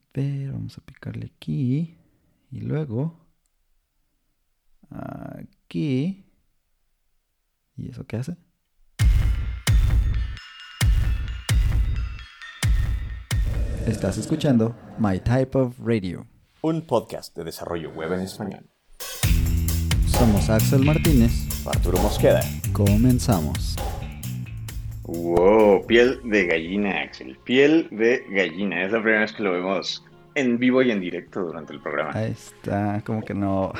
ver, vamos a picarle aquí. Y luego aquí. ¿Y eso qué hace? Estás escuchando My Type of Radio. Un podcast de desarrollo web en español. Somos Axel Martínez. Arturo Mosqueda. Comenzamos. Wow, piel de gallina, Axel. Piel de gallina. Es la primera vez que lo vemos en vivo y en directo durante el programa. Ahí está, como que no.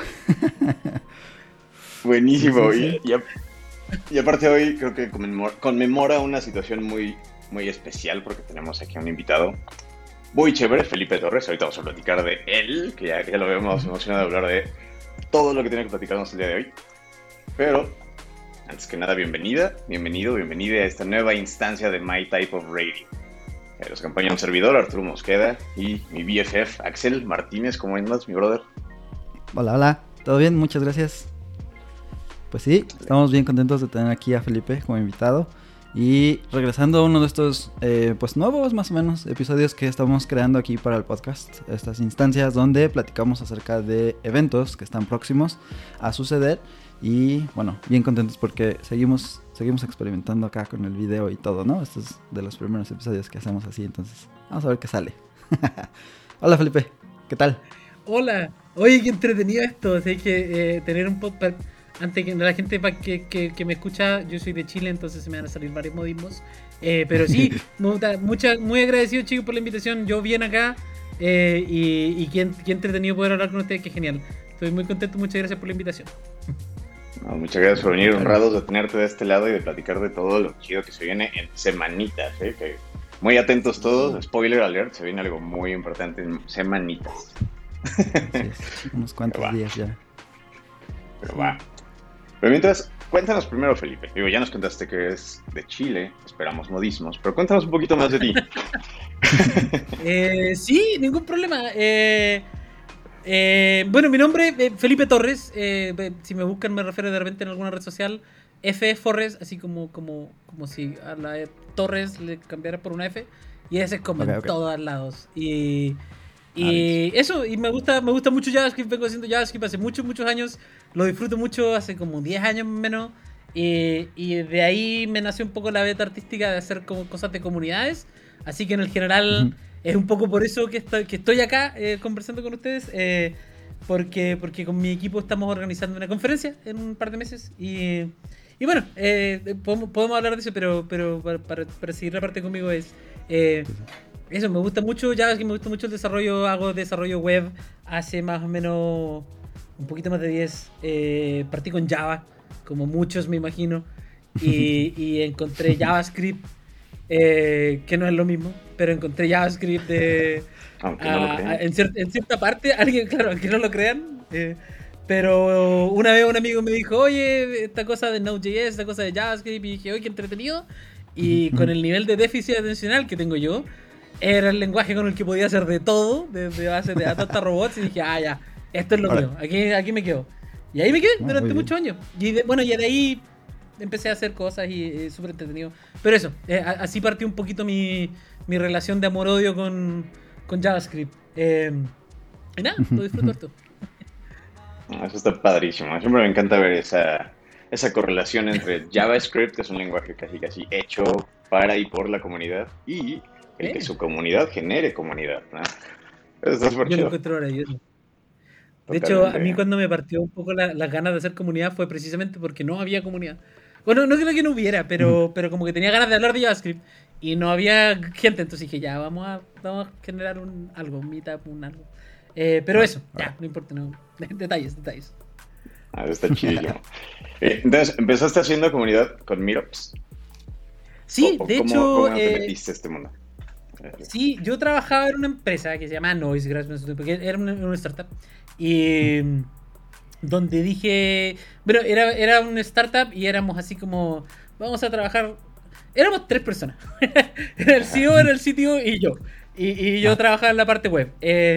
Buenísimo. Sí. Y aparte hoy creo que conmemora una situación muy, muy especial porque tenemos aquí a un invitado muy chévere, Felipe Torres. Ahorita vamos a platicar de él, que ya lo vemos emocionado de hablar de todo lo que tiene que platicarnos el día de hoy. Pero, antes que nada, bienvenida a esta nueva instancia de My Type of Radio. Los acompaña un servidor, Arturo Mosqueda, y mi BFF, Axel Martínez. ¿Cómo andas, mi brother? Hola, ¿todo bien? Muchas gracias. Pues sí, estamos bien contentos de tener aquí a Felipe como invitado. Y regresando a uno de estos, pues nuevos más o menos episodios que estamos creando aquí para el podcast. Estas instancias donde platicamos acerca de eventos que están próximos a suceder. Y bueno, bien contentos porque seguimos experimentando acá con el video y todo, ¿no? Este es de los primeros episodios que hacemos así, entonces vamos a ver qué sale. Hola Felipe, ¿qué tal? Hola, oye, qué entretenido esto. O sea, hay que tener un podcast. Antes que la gente que me escucha, yo soy de Chile, entonces se me van a salir varios modismos. Pero sí, muy agradecido, chicos, por la invitación. Yo bien acá y qué entretenido poder hablar con ustedes, qué genial. Estoy muy contento, muchas gracias por la invitación. No, muchas gracias por venir, honrados de tenerte de este lado y de platicar de todo lo chido que se viene en semanitas. Que muy atentos todos, spoiler alert, se viene algo muy importante en semanitas. Unos cuantos días ya. Pero va. Pero mientras, cuéntanos primero, Felipe. Digo, ya nos contaste que es de Chile, esperamos modismos, pero cuéntanos un poquito más de ti. Sí, ningún problema. Bueno, mi nombre es Felipe Torres. Si me buscan, me refiero de repente en alguna red social. F Forres, así como si a la Torres le cambiara por una F. Y ese es como en todos lados. Y eso, y me gusta mucho JavaScript. Vengo haciendo JavaScript hace muchos años. Lo disfruto mucho, hace como 10 años menos. Y de ahí me nació un poco la beta artística de hacer como cosas de comunidades. Así que en el general es un poco por eso que estoy acá conversando con ustedes. Porque con mi equipo estamos organizando una conferencia en un par de meses. Y bueno, podemos hablar de eso, pero para seguir la parte conmigo es... Eso, me gusta mucho JavaScript, me gusta mucho el desarrollo. Hago desarrollo web hace más o menos un poquito más de 10. Partí con Java, como muchos me imagino. Y encontré JavaScript, que no es lo mismo, pero encontré JavaScript Aunque no lo crean. en cierta parte. Alguien, claro, aunque no lo crean. Pero una vez un amigo me dijo, oye, esta cosa de Node.js, esta cosa de JavaScript. Y dije, oye, qué entretenido. Y con el nivel de déficit atencional que tengo yo, era el lenguaje con el que podía hacer de todo, desde base de datos hasta robots, y dije, ya, esto es lo mío, aquí me quedo. Y ahí me quedé durante muchos años. Y de ahí empecé a hacer cosas y súper entretenido. Pero eso, así partió un poquito mi relación de amor-odio con JavaScript. Y nada, lo disfruto harto. Eso está padrísimo. Siempre me encanta ver esa correlación entre JavaScript, que es un lenguaje casi hecho para y por la comunidad, y el que su comunidad genere comunidad, ¿no? Eso está súper Yo lo chido. encuentro maravilloso. De hecho, a mí cuando me partió un poco las ganas de hacer comunidad fue precisamente porque no había comunidad. Bueno, no creo que no hubiera, pero como que tenía ganas de hablar de JavaScript y no había gente, entonces dije, ya, vamos a generar un meetup, algo. Pero eso, ya, no importa, no. Detalles. Eso está chidísimo. Entonces, ¿empezaste haciendo comunidad con Meetups? Sí, de hecho... ¿Cómo te metiste a este mundo? Sí, yo trabajaba en una empresa que se llama Noise, porque era una startup. Y donde dije, bueno, era una startup y éramos así como, vamos a trabajar, éramos 3 personas. Era el CEO, era el CTO y yo. Y yo trabajaba en la parte web.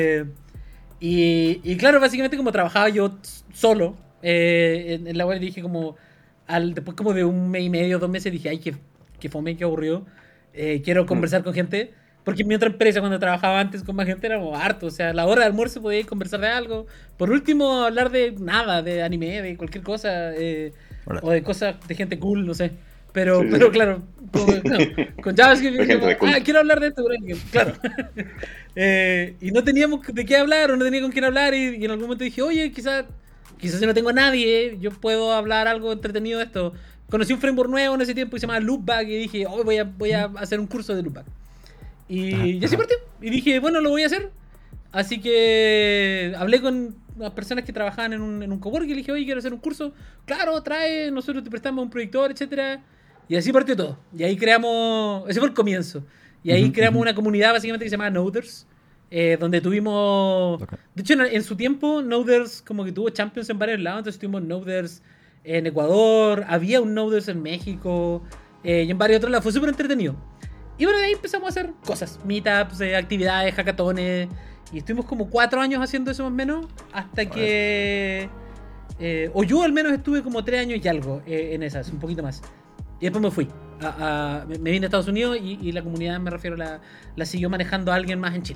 Y claro, básicamente como trabajaba yo solo en la web, dije como, después como de un mes y medio, 2 meses, dije, ay, qué fome, qué aburrido. Quiero conversar con gente. Porque en mi otra empresa, cuando trabajaba antes con más gente, éramos hartos. O sea, a la hora de almuerzo podía conversar de algo. Por último, hablar de nada, de anime, de cualquier cosa. O de cosas de gente cool, no sé. Pero claro, con JavaScript, quiero hablar de esto, claro. Y no teníamos de qué hablar, o no tenía con quién hablar. Y en algún momento dije, oye, quizás si no tengo a nadie, yo puedo hablar algo entretenido de esto. Conocí un framework nuevo en ese tiempo que se llama Loopback. Y dije, voy a hacer un curso de Loopback. Y así partió. Y dije, bueno, lo voy a hacer. Así que hablé con las personas que trabajaban en un coworking y le dije, oye, quiero hacer un curso. Claro, trae, nosotros te prestamos un proyector, etcétera. Y así partió todo. Y ahí creamos, ese fue el comienzo. Y ahí creamos una comunidad básicamente que se llama Noders, donde tuvimos... De hecho, en su tiempo, Noders como que tuvo champions en varios lados. Entonces tuvimos Noders en Ecuador, había un Noders en México, y en varios otros lados. Fue súper entretenido. Y bueno, de ahí empezamos a hacer cosas, meetups, actividades, hackatones. Y estuvimos como 4 años haciendo eso más o menos. Hasta que... o yo al menos estuve como 3 años y algo en esas, un poquito más. Y después me fui. Me vine a Estados Unidos y la comunidad, me refiero, la siguió manejando a alguien más en Chile.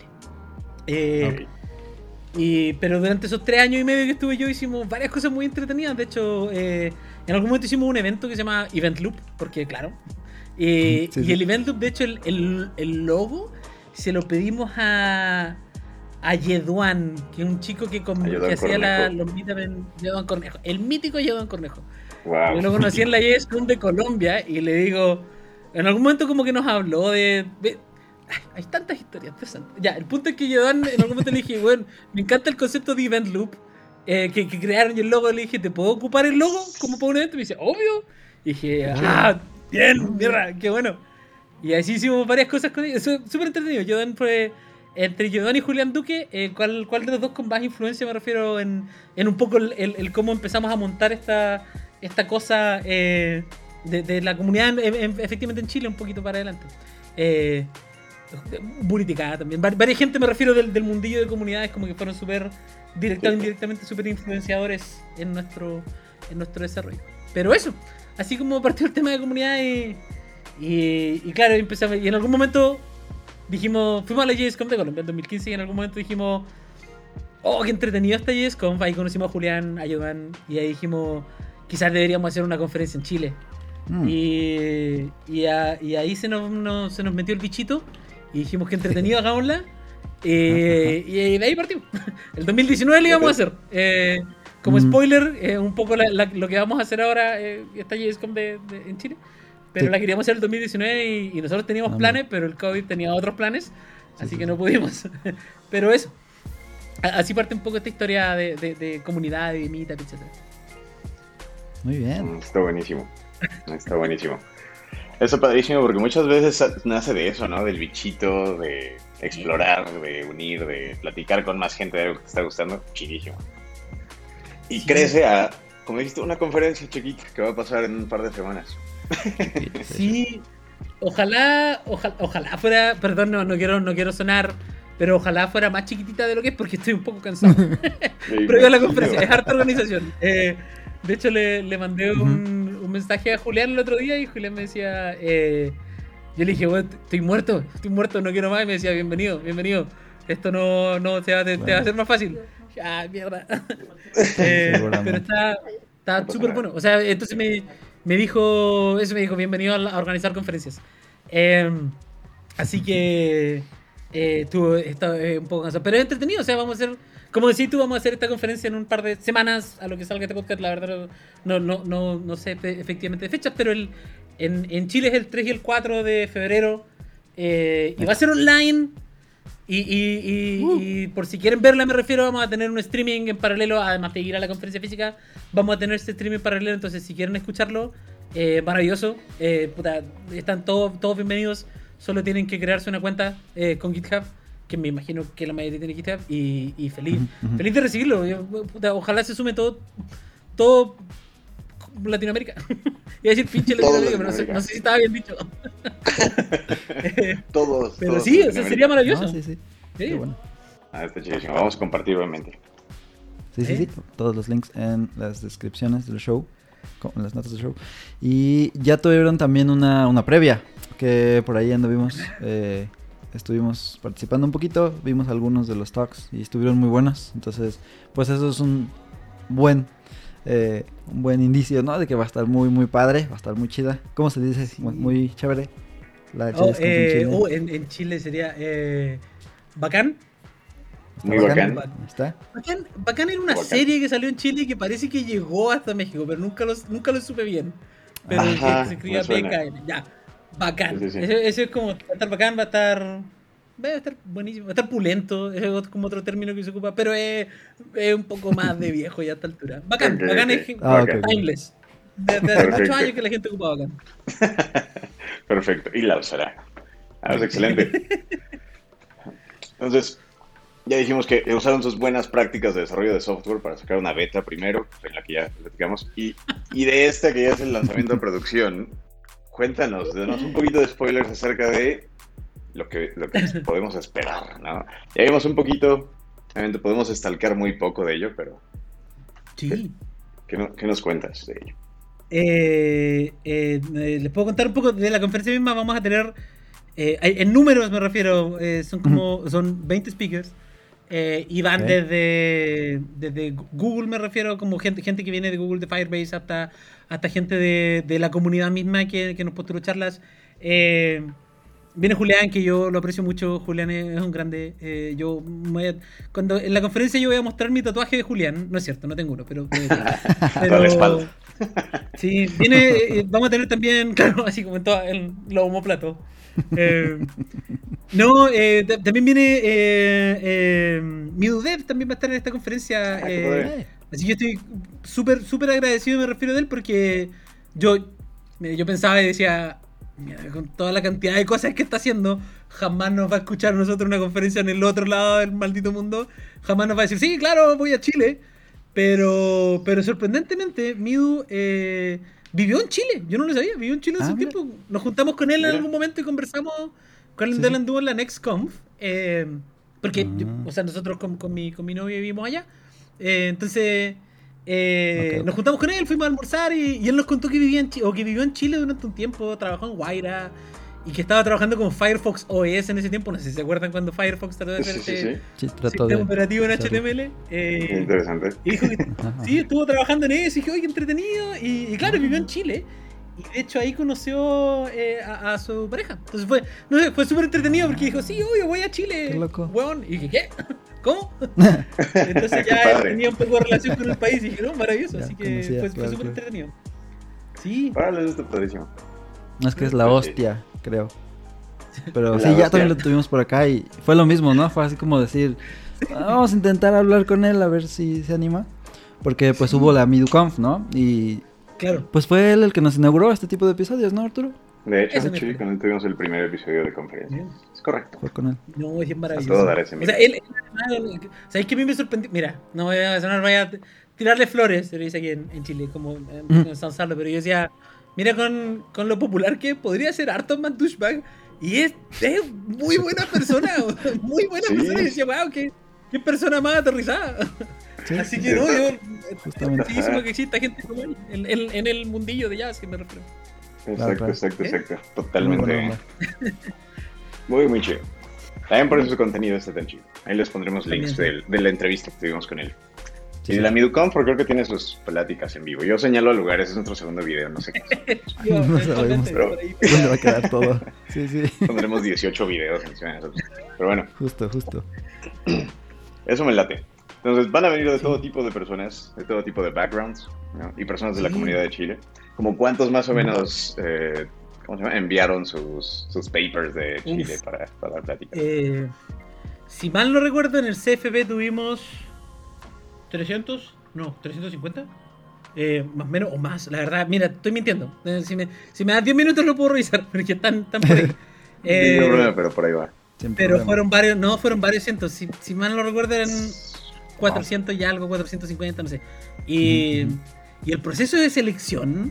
Pero durante esos 3 años y medio que estuve yo hicimos varias cosas muy entretenidas. De hecho, en algún momento hicimos un evento que se llama Event Loop, porque claro... y el Event Loop, de hecho, el logo se lo pedimos a Yeduan, que es un chico que hacía los meetups en Yeduan Cornejo. El mítico Yeduan Cornejo. Wow. Yo lo conocí en la JSCon de Colombia y le digo, en algún momento como que nos habló de hay tantas historias interesantes. Ya, el punto es que Yeduan en algún momento le dije, bueno, me encanta el concepto de Event Loop, que crearon y el logo. Le dije, ¿te puedo ocupar el logo como para un evento? Y me dice, obvio. Y dije, bien, mierda, qué bueno. Y así hicimos varias cosas con ellos. Súper entretenido. Yeduan fue, entre Yeduan y Julián Duque, ¿cuál de los dos con más influencia? Me refiero en un poco el cómo empezamos a montar esta cosa de la comunidad efectivamente en Chile, un poquito para adelante. Buriticada también. Varias gente, me refiero, del mundillo de comunidades, como que fueron súper directa o indirectamente súper influenciadores en nuestro desarrollo. Pero eso, así como partió el tema de comunidad y claro, empezamos. Y en algún momento dijimos, fuimos a la JSConf de Colombia en 2015 y en algún momento dijimos, qué entretenido esta JSConf. Ahí conocimos a Julián, a Yeduan, y ahí dijimos, quizás deberíamos hacer una conferencia en Chile. Y ahí se nos metió el bichito y dijimos, que entretenido, hagámosla. Y de ahí partimos. El 2019 lo íbamos a hacer. Como spoiler, un poco lo que vamos a hacer ahora, esta JSConf en Chile. Pero la queríamos hacer el 2019 y nosotros teníamos planes, pero el COVID tenía otros planes, así que no pudimos. Pero eso, así parte un poco esta historia de comunidad, de meetup, etc. Muy bien. Está buenísimo. Eso padrísimo, porque muchas veces nace de eso, ¿no? Del bichito, de explorar, de unir, de platicar con más gente de algo que te está gustando. Chidísimo. Y crece a, como dijiste, una conferencia chiquita que va a pasar en un par de semanas. Sí, ojalá fuera, perdón, no quiero sonar, pero ojalá fuera más chiquitita de lo que es, porque estoy un poco cansado. Previo a la conferencia, es harta organización. De hecho, le mandé un mensaje a Julián el otro día y Julián me decía, yo le dije, bueno, estoy muerto, no quiero más, y me decía, bienvenido, esto no te va a hacer más fácil. Mierda. Pero está súper bueno. O sea, entonces me dijo, bienvenido a organizar conferencias. Así que está un poco cansado, pero es entretenido. O sea, vamos a hacer, como decís tú, vamos a hacer esta conferencia en un par de semanas, a lo que salga este podcast. La verdad no sé efectivamente de fechas, pero en Chile es el 3 y el 4 de febrero, y va a ser online. Y por si quieren verla, me refiero, vamos a tener un streaming en paralelo, además de ir a la conferencia física, vamos a tener este streaming en paralelo. Entonces, si quieren escucharlo, maravilloso, están todos bienvenidos. Solo tienen que crearse una cuenta con GitHub, que me imagino que la mayoría tiene GitHub, y feliz de recibirlo. Ojalá se sume todo Latinoamérica. Iba a decir pinche Latinoamérica, pero no sé si estaba bien dicho. Todos. Pero sí, eso sería maravilloso. No, sí. Qué bueno. Está chidísimo. Vamos a compartir, obviamente. Sí. Todos los links en las descripciones del show, en las notas del show. Y ya tuvieron también una previa, que por ahí anduvimos estuvimos participando un poquito, vimos algunos de los talks y estuvieron muy buenos. Entonces, pues eso es un buen indicio, ¿no? De que va a estar muy, muy padre, va a estar muy chida. ¿Cómo se dice? Sí. Muy chévere. La en Chile sería bacán. Muy bacán. ¿Está? Bacán era una serie que salió en Chile y que parece que llegó hasta México, pero nunca lo supe bien. Pero Ajá, se escribía BKN. Ya, bacán. Sí. Eso es como, va a estar bacán, va a estar buenísimo, va a estar pulento, es como otro término que se ocupa, pero es un poco más de viejo ya a esta altura. Bacán, Okay, bacán okay. es timeless. Desde hace muchos años que la gente ocupa bacán. Perfecto, y la usará. Es excelente. Entonces, ya dijimos que usaron sus buenas prácticas de desarrollo de software para sacar una beta primero, en la que ya platicamos, y de esta que ya es el lanzamiento de producción. Cuéntanos, denos un poquito de spoilers acerca de lo que podemos esperar, ¿no? Ya vimos un poquito, obviamente podemos stalkear muy poco de ello, pero Sí. ¿qué nos cuentas de ello? Les puedo contar un poco de la conferencia misma. Vamos a tener, en números me refiero, son 20 speakers. Y van desde Google, me refiero, como gente que viene de Google, de Firebase, hasta gente de la comunidad misma que nos postuló charlas. Viene Julián, que yo lo aprecio mucho. Julián es un grande. Cuando en la conferencia yo voy a mostrar mi tatuaje de Julián. No es cierto, no tengo uno, pero Para la espalda. Sí, viene, vamos a tener también, claro, así como en los homóplatos. También viene Midudev, también va a estar en esta conferencia. Así que yo estoy súper, súper agradecido, me refiero de él, porque yo pensaba y decía, mira, con toda la cantidad de cosas que está haciendo, jamás nos va a escuchar a nosotros una conferencia en el otro lado del maldito mundo. Jamás nos va a decir, sí, claro, voy a Chile. Pero sorprendentemente, Midu vivió en Chile. Yo no lo sabía, vivió en Chile hace un tiempo. Nos juntamos con él en algún momento y conversamos con él. Él anduvo en la NextConf. Porque nosotros con mi novia vivimos allá. Entonces nos juntamos con él, fuimos a almorzar y él nos contó que vivía que vivió en Chile durante un tiempo, trabajó en Guaira y que estaba trabajando con Firefox OS en ese tiempo. No sé si se acuerdan cuando Firefox trató de hacer sistema operativo en HTML. Interesante. Y dijo que sí, estuvo trabajando en eso y dije, oye, qué entretenido. Y claro, vivió en Chile. Y de hecho ahí conoció a su pareja. Entonces fue súper entretenido porque dijo, sí, obvio, voy a Chile. Qué loco. Weón. Y dije, ¿qué? ¿Cómo? Entonces ya tenía un poco de relación con el país y dije, no, maravilloso. Así que fue súper entretenido. Sí. Vale, eso está padrísimo. Es que es la hostia, creo. Pero sí, ya también lo tuvimos por acá y fue lo mismo, ¿no? Fue así como decir, vamos a intentar hablar con él a ver si se anima. Porque pues hubo la MiduConf, ¿no? Y claro, pues fue él el que nos inauguró este tipo de episodios, ¿no, Arturo? De hecho, sí, con él tuvimos el primer episodio de conferencia. Bien. Es correcto. Fue con él. No, es maravilloso. A todo dar ese o sea, ¿sabéis que a mí me sorprendió? Mira, no voy a tirarle flores, se lo dice aquí en Chile, como en San Salvador, pero yo decía, mira con lo popular que podría ser harto más douchebag, y es muy buena persona, muy buena persona, y decía, wow, qué persona más aterrizada. Sí, así que no, yo justamente. que exista gente como él en el mundillo de jazz, que me refiero. Exacto. Totalmente. Muy chido. También por eso su contenido está tan chido. Ahí les pondremos links de la entrevista que tuvimos con él. Sí. Y de la MiduConf, porque creo que tiene sus pláticas en vivo. Yo señalo lugares, es nuestro segundo video, no sé qué. No sabemos, pero ¿dónde va a quedar todo? Sí. Pondremos 18 videos encima de nosotros. Pero bueno. Justo. Eso me late. Entonces van a venir de todo tipo de personas, de todo tipo de backgrounds, ¿no? Y personas de la comunidad de Chile. Como cuántos más o menos enviaron sus papers de Chile para dar pláticas. Si mal no recuerdo, en el CFP tuvimos 350. Más o menos, o más, la verdad, mira, estoy mintiendo. Si me das 10 minutos lo puedo revisar, porque están por ahí. No problema, pero por ahí va. Pero fueron varios cientos. Si mal no recuerdo, eran 400 y algo, 450, no sé. Y el proceso de selección,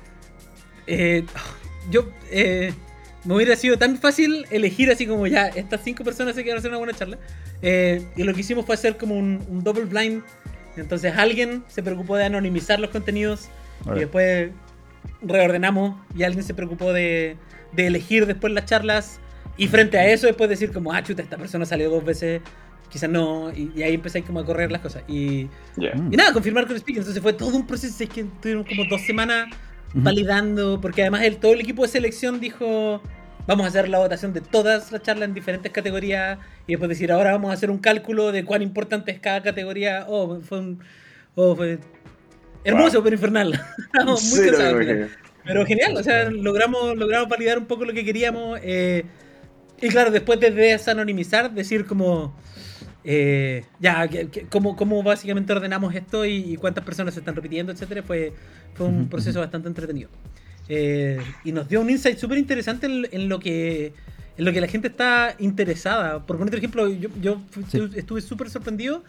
me hubiera sido tan fácil elegir así como ya, estas 5 personas se quedaron a hacer una buena charla. Y lo que hicimos fue hacer como un double blind. Entonces alguien se preocupó de anonimizar los contenidos y después reordenamos y alguien se preocupó de elegir después las charlas Y frente a eso después decir como, chuta, esta persona salió 2 veces, quizás no, y ahí empezáis como a correr las cosas. Y nada, confirmar con Speaker. Entonces fue todo un proceso, es que tuvieron como 2 semanas validando, porque además todo el equipo de selección dijo, vamos a hacer la votación de todas las charlas en diferentes categorías, y después decir, ahora vamos a hacer un cálculo de cuán importante es cada categoría. Fue hermoso, pero infernal. Muy cansado. Pero genial, o sea, logramos validar un poco lo que queríamos. Y claro, después de desanonimizar, decir como cómo básicamente ordenamos esto y cuántas personas se están repitiendo, etcétera, fue un proceso bastante entretenido. Y nos dio un insight súper interesante en lo que la gente está interesada. Por poner ejemplo, yo estuve súper sorprendido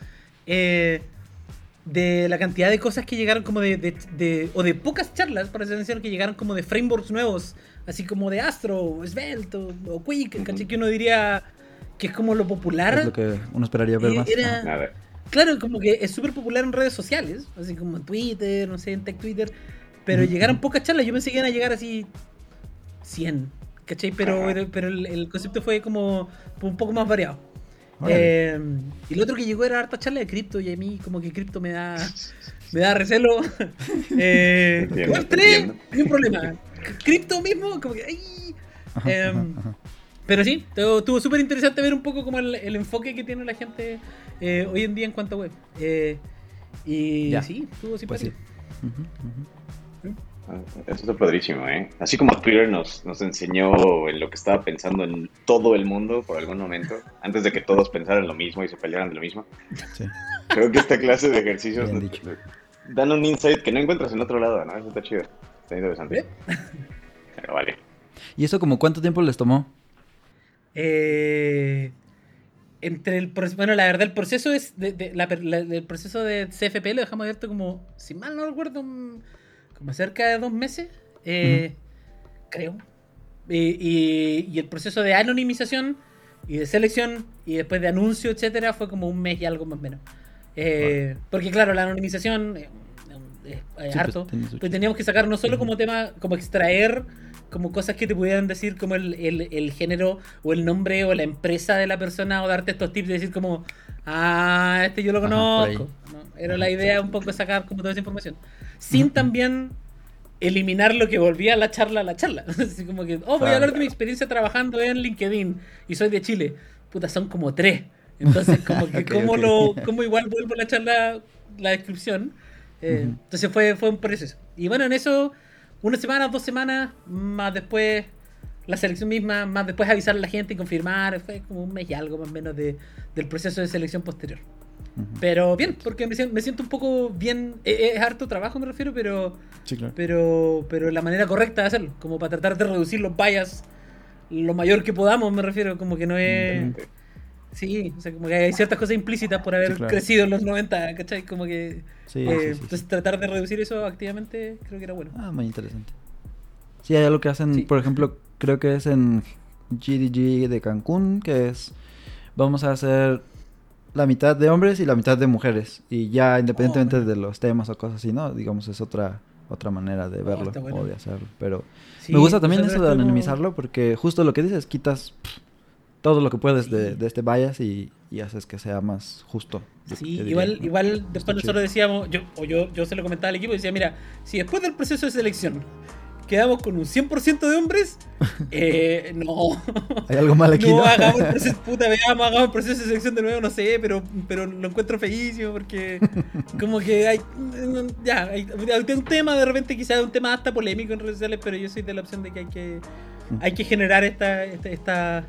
de la cantidad de cosas que llegaron como o de pocas charlas, para ser sincero, que llegaron como de frameworks nuevos, así como de Astro, Svelte o Quick, ¿cachai? Que uno diría que es como lo popular. Es lo que uno esperaría ver más. Claro, como que es súper popular en redes sociales, así como en Twitter, no sé, en Tech Twitter, pero llegaron pocas charlas. Yo pensé que iban a llegar así 100, ¿cachai? Pero el concepto fue como un poco más variado. Y lo otro que llegó era harta charla de cripto, y a mí como que cripto me da recelo. Igual 3, hay un problema. Cripto mismo, como que pero sí, estuvo súper interesante ver un poco como el enfoque que tiene la gente hoy en día en cuanto a web. Sí, estuvo simpático. Pues sí. Eso es padrísimo, ¿eh? Así como Twitter nos enseñó en lo que estaba pensando en todo el mundo por algún momento, antes de que todos pensaran lo mismo y se pelearan de lo mismo. Sí. Creo que esta clase de ejercicios dan un insight que no encuentras en otro lado, ¿no? Eso está chido. Está interesante. Pero vale. ¿Y eso como cuánto tiempo les tomó? Bueno, la verdad, el proceso es el proceso de CFP lo dejamos abierto como, si mal no recuerdo, como cerca de 2 meses, creo. Y el proceso de anonimización y de selección y después de anuncio, etcétera, fue como 1 mes y algo más o menos. Porque claro, la anonimización es harto. Pues teníamos que sacar no solo como tema, como extraer como cosas que te pudieran decir como el género o el nombre o la empresa de la persona, o darte estos tips de decir como, yo lo conozco. ¿No? Era la idea un poco de sacar como toda esa información. Sin también eliminar lo que volvía a la charla. Así como que, voy a hablar de mi experiencia trabajando en LinkedIn y soy de Chile. Puta, son como 3. Entonces, como que como igual vuelvo a la charla, la descripción. Entonces fue un proceso. Y bueno, en eso, 1 semana, 2 semanas, más después la selección misma, más después avisar a la gente y confirmar. Fue como 1 mes y algo más o menos del proceso de selección posterior. Pero bien, porque me siento un poco bien. Es harto trabajo, me refiero, pero sí, claro. pero la manera correcta de hacerlo, como para tratar de reducir los bias lo mayor que podamos, me refiero, como que no es... Sí, o sea, como que hay ciertas cosas implícitas por haber crecido en los 90, ¿cachai? Como que... Entonces tratar de reducir eso activamente creo que era bueno. Muy interesante. Sí, hay algo que hacen, por ejemplo, creo que es en GDG de Cancún, que es... Vamos a hacer la mitad de hombres y la mitad de mujeres. Y ya independientemente de los temas o cosas así, ¿no? Digamos, es otra manera de verlo o de hacerlo. Pero me gusta también eso de anonimizarlo, porque justo lo que dices, quitas todo lo que puedes de este bias y haces que sea más justo. Sí, igual después nosotros decíamos, yo se lo comentaba al equipo y decía, mira, si después del proceso de selección quedamos con un 100% de hombres, no. Hay algo mal aquí, ¿no? Hagamos el proceso, hagamos el proceso de selección de nuevo, no sé, pero lo encuentro feísimo porque como que hay un tema, de repente quizás un tema hasta polémico en redes sociales, pero yo soy de la opción de que hay que generar esta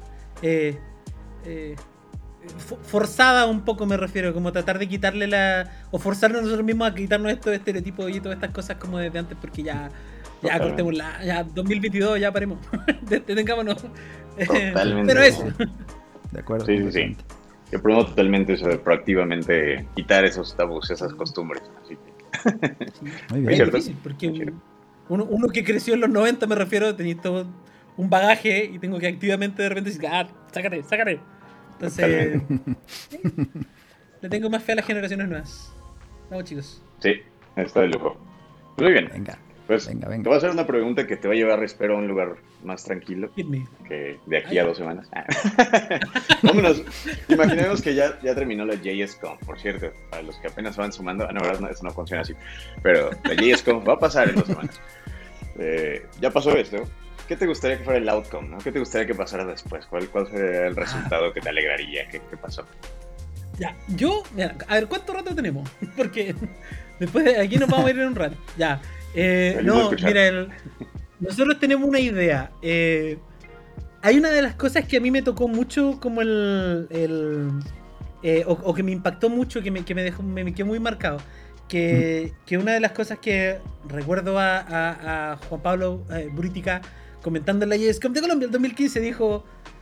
forzada un poco, me refiero, como tratar de quitarle o forzarnos nosotros mismos a quitarnos estos estereotipos y todas estas cosas como desde antes, porque ya cortémosla, ya 2022, ya paremos, detengámonos. Totalmente. Pero eso. De acuerdo. Sí. Yo promuevo totalmente eso de proactivamente quitar esos tabús, esas costumbres. Así que... Muy bien. Es difícil, porque uno que creció en los 90, me refiero, tenía todo un bagaje y tengo que activamente de repente decir, sácate. Entonces, le tengo más fe a las generaciones nuevas. Vamos, chicos. Sí, está de lujo. Muy bien. Venga. Pues Venga. te voy a hacer una pregunta que te va a llevar, espero, a un lugar más tranquilo Hit me. que de aquí a 2 semanas. Vámonos. Imaginemos que ya terminó la JSConf, por cierto, para los que apenas van sumando. No, verdad, eso no funciona así. Pero la JSConf va a pasar en 2 semanas. Ya pasó esto. ¿Qué te gustaría que fuera el outcome, ¿no? ¿Qué te gustaría que pasara después? ¿Cuál sería el resultado que te alegraría? ¿Qué pasó? Ya, mira, a ver, ¿cuánto rato tenemos? Porque después de aquí nos vamos a ir en un rato. Ya. No, mira, nosotros tenemos una idea. Hay una de las cosas que a mí me tocó mucho como o que me impactó mucho, que me quedó muy marcado. Que una de las cosas que recuerdo a Juan Pablo Buritica comentando en la JSConf de Colombia el 2015 dijo...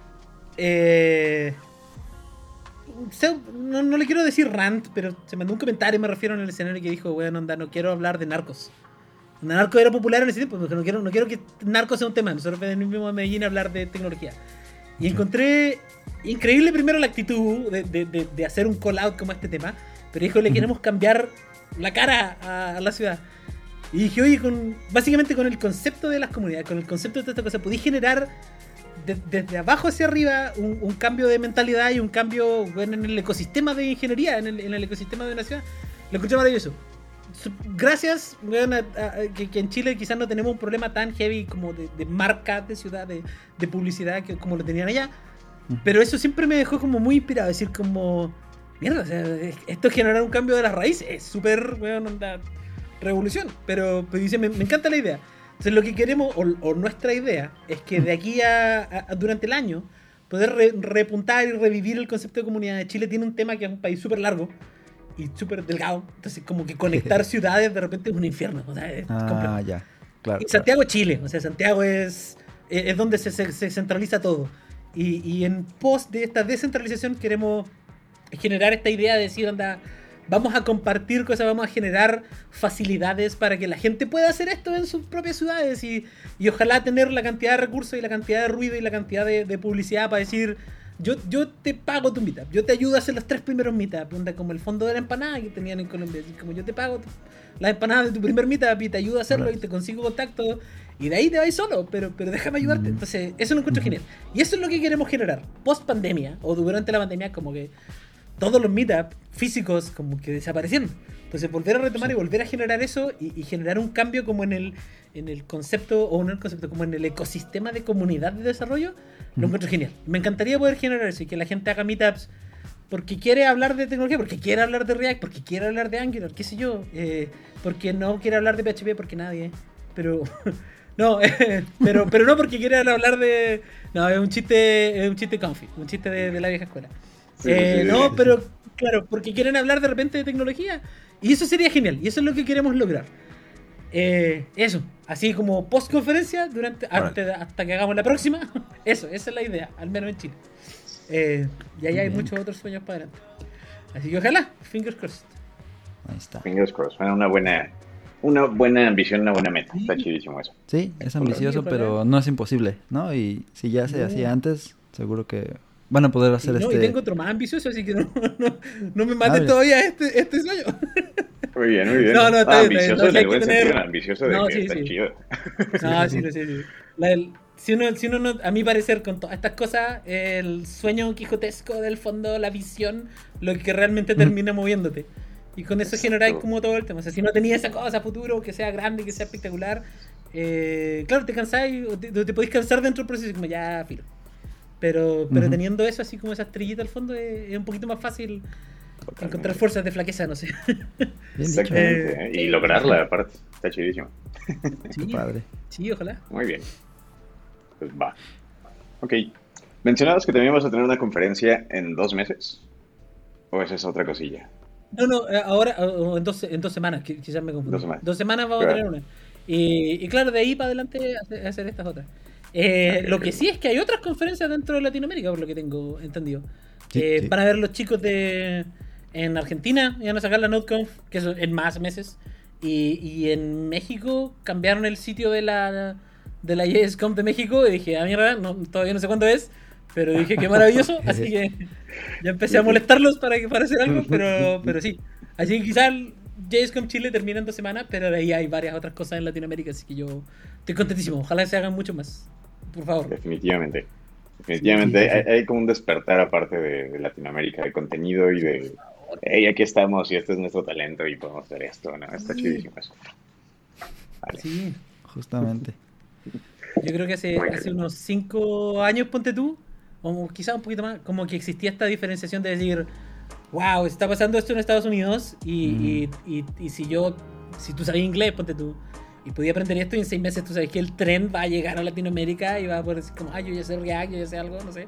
no le quiero decir rant, pero se mandó un comentario, me refiero en el escenario, que dijo, bueno, onda, no quiero hablar de narcos. Narcos era popular en ese tiempo, porque no quiero que narcos sea un tema. Nosotros venimos a Medellín a hablar de tecnología. Y encontré increíble primero la actitud de hacer un call out como este tema, pero dijo, le queremos cambiar la cara a la ciudad. Y dije, oye, básicamente con el concepto de las comunidades, con el concepto de esta cosa, podí generar desde abajo hacia arriba un cambio de mentalidad y un cambio, bueno, en el ecosistema de ingeniería, en el ecosistema de una ciudad. Lo encontré maravilloso. Gracias, bueno, que en Chile quizás no tenemos un problema tan heavy como de marca de ciudad, de publicidad, como lo tenían allá. Pero eso siempre me dejó como muy inspirado, decir como, mierda, o sea, esto es generar un cambio de las raíces, es súper, bueno, una revolución. Pero dice, me encanta la idea. Entonces lo que queremos, o nuestra idea, es que de aquí durante el año, poder repuntar y revivir el concepto de comunidad. De Chile tiene un tema que es un país súper largo y súper delgado, entonces como que conectar ciudades de repente es un infierno, o sea, es complejo. Ya, claro. Y Santiago es Chile, o sea, Santiago es donde se centraliza todo. Y en pos de esta descentralización queremos generar esta idea de decir, anda, vamos a compartir cosas, vamos a generar facilidades para que la gente pueda hacer esto en sus propias ciudades y ojalá tener la cantidad de recursos y la cantidad de ruido y la cantidad de publicidad para decir, yo te pago tu meetup, yo te ayudo a hacer los 3 primeros meetups, como el fondo de la empanada que tenían en Colombia, así como yo te pago las empanadas de tu primer meetup y te ayudo a hacerlo y te consigo contacto y de ahí te vas solo, pero déjame ayudarte. Entonces eso lo encuentro genial y eso es lo que queremos generar post pandemia o durante la pandemia, como que todos los meetups físicos como que desaparecieron. Entonces volver a retomar y volver a generar eso y generar un cambio como en el concepto, o no el concepto, como en el ecosistema de comunidad de desarrollo, lo encuentro genial. Me encantaría poder generar eso y que la gente haga meetups porque quiere hablar de tecnología, porque quiere hablar de React, porque quiere hablar de Angular, qué sé yo, porque no quiere hablar de PHP, porque nadie, pero... No, pero no porque quiere hablar de... No, es un chiste comfy, un chiste de la vieja escuela. No, pero claro, porque quieren hablar de repente de tecnología. Y eso sería genial, y eso es lo que queremos lograr. Eso, así como post conferencia, hasta que hagamos la próxima. Esa es la idea, al menos en Chile. Y ahí hay muchos otros sueños para adelante. Así que ojalá, fingers crossed. Ahí está. Fingers crossed, una buena ambición, una buena meta. Está chidísimo eso. Sí, es ambicioso, pero no es imposible, ¿no? Y si ya se hacía antes, seguro que van a poder hacer y tengo otro más ambicioso, así que no me mates todavía este sueño. Muy bien, muy bien. No, está bien. Ambicioso en el buen sentido, ambicioso de que está chido. No, sí. Si uno no, a mi parecer, con todas estas cosas, el sueño quijotesco del fondo, la visión, lo que realmente termina moviéndote. Y con eso generáis como todo el tema. O sea, si no tenías esa cosa a futuro, que sea grande, que sea espectacular, claro, te cansáis, o te podéis cansar dentro del proceso, como ya, filo. Pero teniendo eso, así como esa estrellita al fondo, es un poquito más fácil encontrar fuerzas de flaqueza, no sé. Exactamente, y lograrla, aparte. Está chidísimo. Sí, padre. Sí, ojalá. Muy bien. Pues va. Ok. ¿Mencionabas que también vas a tener una conferencia en 2 meses? ¿O esa es otra cosilla? No, ahora, en 2 semanas, quizás me confundí. 2 semanas vamos a tener una. Y claro, de ahí para adelante hacer estas otras. Lo que sí es que hay otras conferencias dentro de Latinoamérica, por lo que tengo entendido. Sí. Van a ver los chicos en Argentina, van a sacar la NodeConf, que es en más meses. Y en México cambiaron el sitio de la JSConf de México. Y dije, mierda, todavía no sé cuándo es. Pero dije, qué maravilloso. Así que ya empecé a molestarlos para hacer algo, pero sí. Así que quizás JSCOM Chile termina en 2 semanas, pero ahí hay varias otras cosas en Latinoamérica, así que yo estoy contentísimo. Ojalá se hagan mucho más. Por favor. Definitivamente. Sí. Hay como un despertar aparte de Latinoamérica, de contenido y de, hey, aquí estamos y este es nuestro talento y podemos hacer esto, ¿no? Está chidísimo eso. Vale. Sí. Justamente. Yo creo que hace unos 5 años, ponte tú, o quizás un poquito más, como que existía esta diferenciación de decir, wow, está pasando esto en Estados Unidos y si tú sabes inglés, ponte tú, y podía aprender esto y en 6 meses tú sabes que el tren va a llegar a Latinoamérica y va a poder decir como, yo ya sé React, yo ya sé algo, no sé.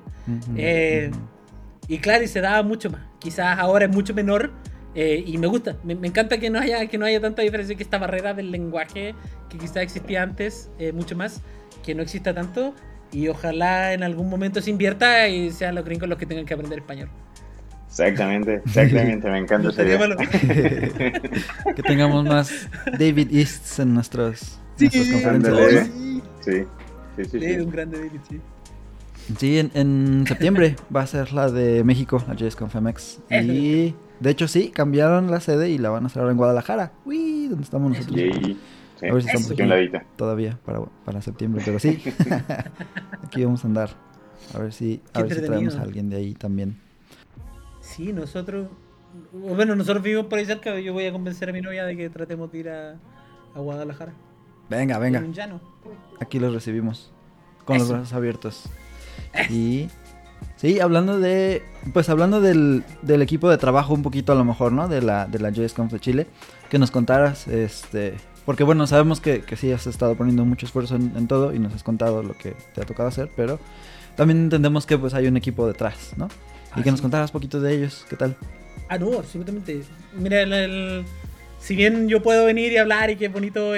Y claro, y se daba mucho más. Quizás ahora es mucho menor. Y me gusta, me encanta que no haya tanta diferencia, que esta barrera del lenguaje que quizás existía antes, mucho más, que no exista tanto, y ojalá en algún momento se invierta y sean los gringos los que tengan que aprender español. Exactamente, me encanta esa idea. Que tengamos más David Easts en nuestras conferencias. Ándale. Sí. Un grande David, sí. Sí, en septiembre va a ser la de México, la JSConf MX. Y de hecho sí, cambiaron la sede y la van a hacer ahora en Guadalajara. Uy, ¿dónde estamos nosotros? Sí, a ver si estamos aquí aquí todavía para septiembre, pero sí. Aquí vamos a andar. A ver si traemos a alguien de ahí también. Sí, nosotros vivimos por ahí cerca. Yo voy a convencer a mi novia de que tratemos de ir a Guadalajara. Venga. En un llano. Aquí los recibimos con los brazos abiertos. Y sí, hablando del equipo de trabajo un poquito a lo mejor, ¿no? De la JSConf de Chile, que nos contaras, porque bueno, sabemos que sí has estado poniendo mucho esfuerzo en todo y nos has contado lo que te ha tocado hacer, pero también entendemos que pues hay un equipo detrás, ¿no? Y que nos contaras poquito de ellos, ¿qué tal? No, absolutamente. Mira, si bien yo puedo venir y hablar y que es bonito,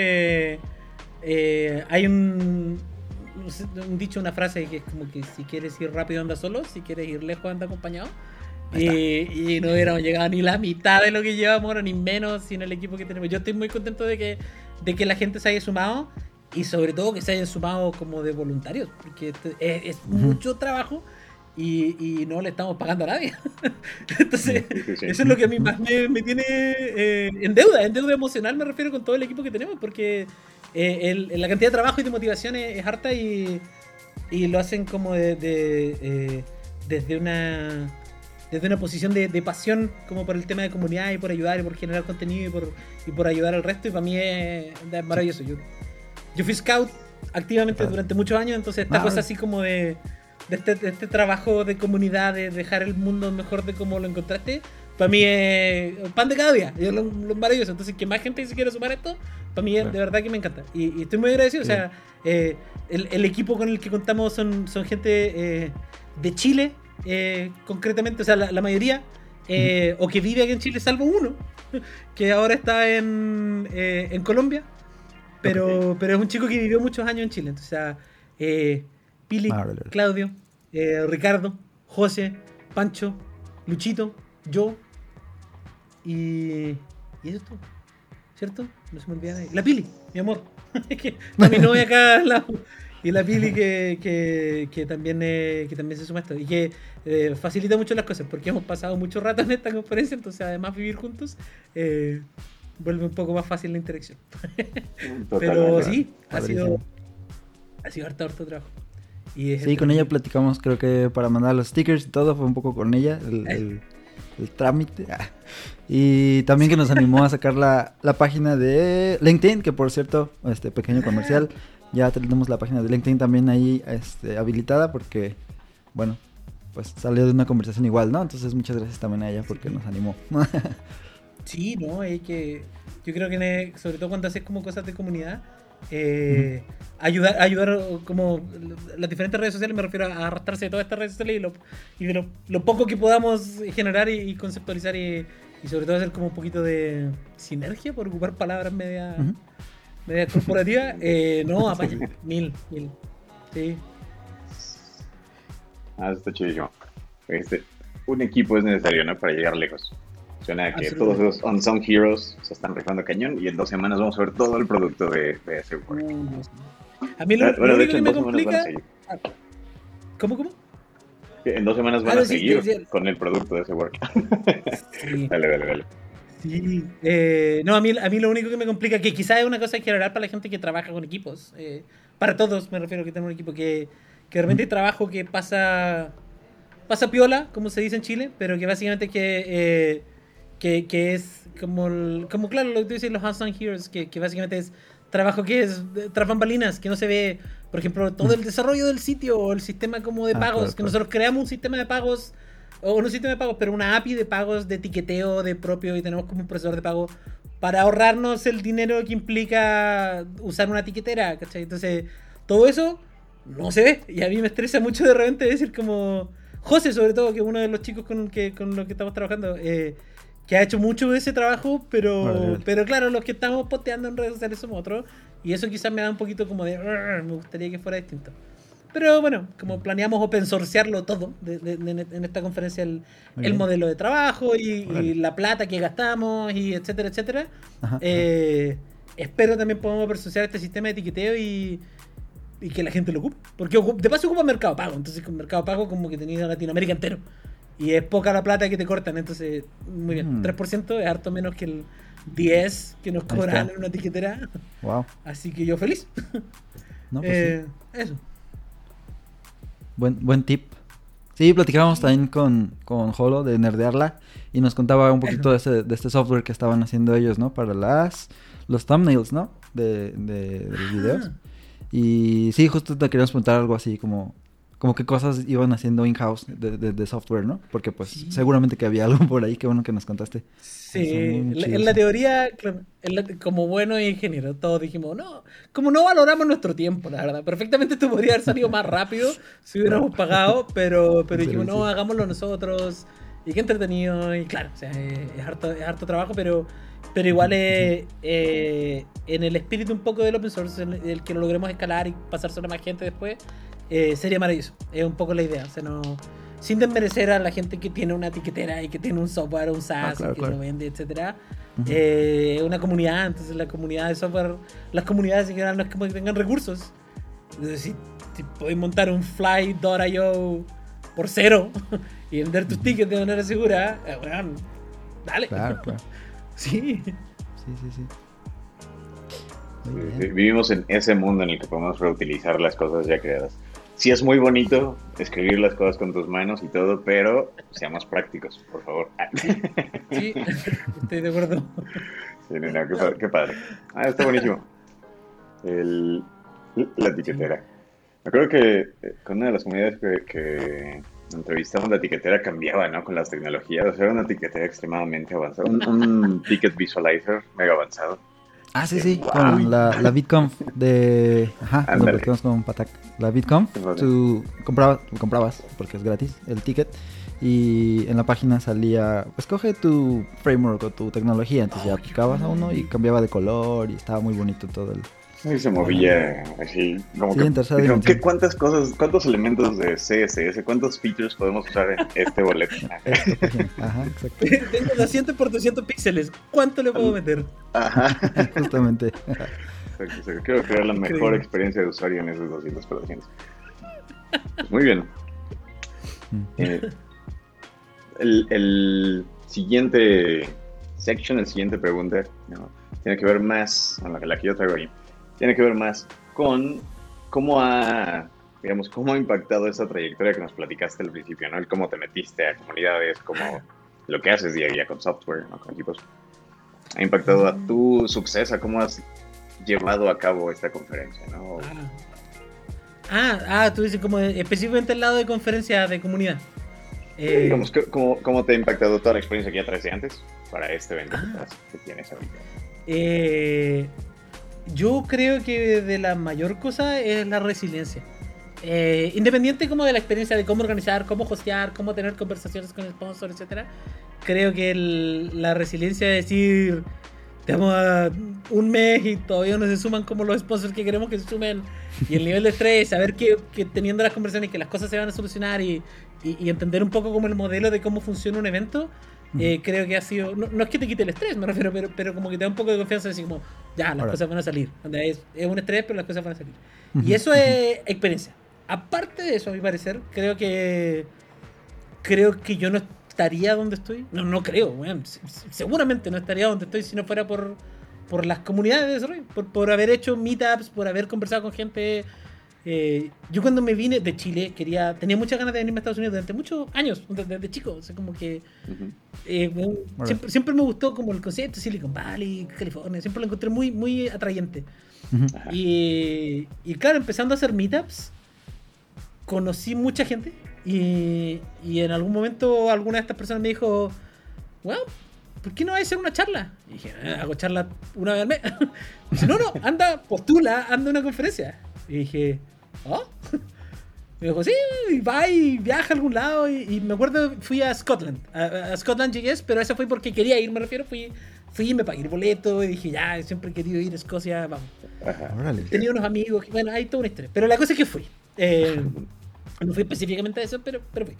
hay un dicho, una frase que es como que si quieres ir rápido anda solo, si quieres ir lejos anda acompañado. Y no hubiéramos llegado ni la mitad de lo que llevamos ahora, ni menos sin el equipo que tenemos. Yo estoy muy contento de que la gente se haya sumado y sobre todo que se hayan sumado como de voluntarios, porque es mucho trabajo y no le estamos pagando a nadie. Entonces, eso es lo que a mí más me tiene en deuda emocional, me refiero, con todo el equipo que tenemos, porque la cantidad de trabajo y de motivación es harta y lo hacen como desde una posición de pasión, como por el tema de comunidad y por ayudar y por generar contenido y por ayudar al resto, y para mí es maravilloso. Yo fui scout activamente durante muchos años, entonces esta cosa así como de este trabajo de comunidad, de dejar el mundo mejor de como lo encontraste, para mí es pan de cada día, es lo maravilloso. Entonces que más gente se quiera sumar a esto, para mí de verdad que me encanta y estoy muy agradecido. Sí. O sea, el equipo con el que contamos son gente de Chile, concretamente, o sea, la mayoría, o que vive aquí en Chile, salvo uno que ahora está en Colombia, pero es un chico que vivió muchos años en Chile. Entonces, o sea, Pili, Claudio, Ricardo, José, Pancho, Luchito, yo y eso es todo, ¿cierto? No se me olvida nadie. La Pili, mi amor, que está mi novia acá al lado, y la Pili que también se suma a esto y que facilita mucho las cosas porque hemos pasado mucho rato en esta conferencia, entonces además vivir juntos vuelve un poco más fácil la interacción. Pero sí, ha sido harto trabajo. Sí, con ella platicamos, creo que para mandar los stickers y todo fue un poco con ella, el trámite. Y también que nos animó a sacar la página de LinkedIn, que por cierto, pequeño comercial, ya tenemos la página de LinkedIn también ahí habilitada porque, bueno, pues salió de una conversación igual, ¿no? Entonces muchas gracias también a ella porque nos animó. Sí, no, es que yo creo que sobre todo cuando haces como cosas de comunidad, ayudar como las diferentes redes sociales, me refiero a arrastrarse de todas estas redes sociales y de lo poco que podamos generar y conceptualizar y sobre todo hacer como un poquito de sinergia, por ocupar palabras media corporativas. No, apaña, mil, sí. Está chidísimo. Un equipo es necesario, ¿no? Para llegar lejos. Suena que todos los unsung heroes se están rifando cañón y en 2 semanas vamos a ver todo el producto de ese work. A mí lo único que me complica... ¿Cómo? Que en 2 semanas van a seguir con el producto de ese work. Sí. Dale. Sí, no, a mí lo único que me complica, que quizás es una cosa en general para la gente que trabaja con equipos, para todos me refiero, que tenemos un equipo que realmente hay trabajo que pasa piola, como se dice en Chile, pero que básicamente que es como claro, lo que tú dices, los Unsung Heroes, que básicamente es trabajo que es tras bambalinas, que no se ve, por ejemplo, todo el desarrollo del sitio o el sistema como de pagos, claro, que nosotros creamos un sistema de pagos, o no un sistema de pagos, pero una API de pagos de etiqueteo de propio y tenemos como un procesador de pago para ahorrarnos el dinero que implica usar una etiquetera, ¿cachai? Entonces, todo eso no se ve y a mí me estresa mucho de repente decir como José, sobre todo, que es uno de los chicos con los que estamos trabajando, que ha hecho mucho de ese trabajo, pero claro, los que estamos posteando en redes sociales somos otros, y eso quizás me da un poquito como de me gustaría que fuera distinto. Pero bueno, como planeamos open sourcearlo todo en esta conferencia, el modelo de trabajo y la plata que gastamos y etcétera, etcétera. Ajá. Espero también podamos open sourcear este sistema de etiqueteo y que la gente lo ocupe. Porque de paso ocupa Mercado Pago. Entonces con Mercado Pago como que tenía Latinoamérica entero. Y es poca la plata que te cortan. Entonces, muy bien. 3% es harto menos que el 10% que nos cobran en una etiquetera. Wow. Así que yo feliz. No, pues sí. Eso. Buen tip. Sí, platicábamos también con Holo de Nerdearla y nos contaba un poquito de este software que estaban haciendo ellos, ¿no? Para los thumbnails, ¿no? De los videos. Y sí, justo te queríamos preguntar algo así como qué cosas iban haciendo in-house de software, ¿no? Porque pues seguramente que había algo por ahí, qué bueno que nos contaste. Sí, en la teoría, claro, como buenos ingenieros, todos dijimos, no, como no valoramos nuestro tiempo, la verdad. Perfectamente esto podría haber salido más rápido si hubiéramos pagado, pero dijimos, no, hagámoslo nosotros. Y qué entretenido, y claro, o sea, es harto trabajo, pero igual en el espíritu un poco del open source, el que lo logremos escalar y pasárselo a más gente después, sería maravilloso. Es un poco la idea, o sea, no, sin desmerecer a la gente que tiene una etiquetera y que tiene un software o un SaaS y que lo vende, etcétera. Una comunidad, entonces la comunidad de software, las comunidades en general no es como que tengan recursos. Entonces, si podéis montar un Fly.io por cero y vender tus tickets de manera segura, bueno, dale. Claro. Sí. Vivimos en ese mundo en el que podemos reutilizar las cosas ya creadas. Sí es muy bonito escribir las cosas con tus manos y todo, pero seamos prácticos, por favor. Sí, estoy de acuerdo. Sí, no, qué padre. Está buenísimo. La etiquetera. Me acuerdo que con una de las comunidades que entrevistamos, la etiquetera cambiaba, ¿no? Con las tecnologías. O sea, era una etiquetera extremadamente avanzada. Un ticket visualizer mega avanzado. Ah, sí, con la BitConf de... Ajá, lo platicamos con Patak. La BitConf, tú comprabas, porque es gratis, el ticket. Y en la página salía, pues coge tu framework o tu tecnología. Entonces ya aplicabas a uno y cambiaba de color y estaba muy bonito todo el... Y se movía así, como sí, que... en tercera dimensión. ¿Cuántos elementos de CSS, cuántos features podemos usar en este boleto? Ajá, exacto. Tengo 200 por 200 píxeles. ¿Cuánto le puedo meter? Ajá. Justamente. Exacto. Quiero crear la mejor experiencia de usuario en esos 200 por 200. Pues muy bien. El siguiente section, el siguiente pregunta, ¿no? Tiene que ver más, la que yo traigo ahí, tiene que ver más con cómo ha impactado esa trayectoria que nos platicaste al principio, ¿no? El cómo te metiste a comunidades, cómo lo que haces día a día con software, ¿no? Con equipos. Ha impactado a tu suceso, a cómo has llevado a cabo esta conferencia, ¿no? Tú dices como específicamente el lado de conferencia de comunidad. Digamos, ¿cómo te ha impactado toda la experiencia que ya traes de antes para este evento que tienes ahorita? Yo creo que de la mayor cosa es la resiliencia. Independiente como de la experiencia de cómo organizar, cómo hostear, cómo tener conversaciones con el sponsor, etcétera, creo que la resiliencia de decir estamos a un mes y todavía no se suman como los sponsors que queremos que se sumen, y el nivel de estrés, saber que teniendo las conversaciones que las cosas se van a solucionar y entender un poco como el modelo de cómo funciona un evento, creo que ha sido, no es que te quite el estrés, me refiero, pero como que te da un poco de confianza, así como ya, las cosas van a salir, es un estrés pero las cosas van a salir, y eso es experiencia. Aparte de eso, a mi parecer, creo que yo no, estaría donde estoy. No creo, bueno, seguramente no estaría donde estoy si no fuera por las comunidades de desarrollo, por haber hecho meetups, por haber conversado con gente. Yo cuando me vine de Chile tenía muchas ganas de venirme a Estados Unidos durante muchos años, desde chico, o sea, como que siempre me gustó como el concepto de Silicon Valley, California, siempre lo encontré muy, muy atrayente. Y claro, empezando a hacer meetups, conocí mucha gente y en algún momento alguna de estas personas me dijo, bueno, ¿por qué no vas a hacer una charla? Y dije, hago charla una vez al mes. Y dice, no, anda, postula, anda a una conferencia. Y dije, ¿oh? Me dijo, sí, va y viaja a algún lado. Y me acuerdo, fui a Scotland. A Scotland llegué, pero eso fue porque quería ir, me refiero. Fui y me pagué el boleto. Y dije, ya, siempre he querido ir a Escocia, vamos. Tenía unos amigos, bueno, hay toda una historia. Pero la cosa es que fui. No fui específicamente a eso, pero fui.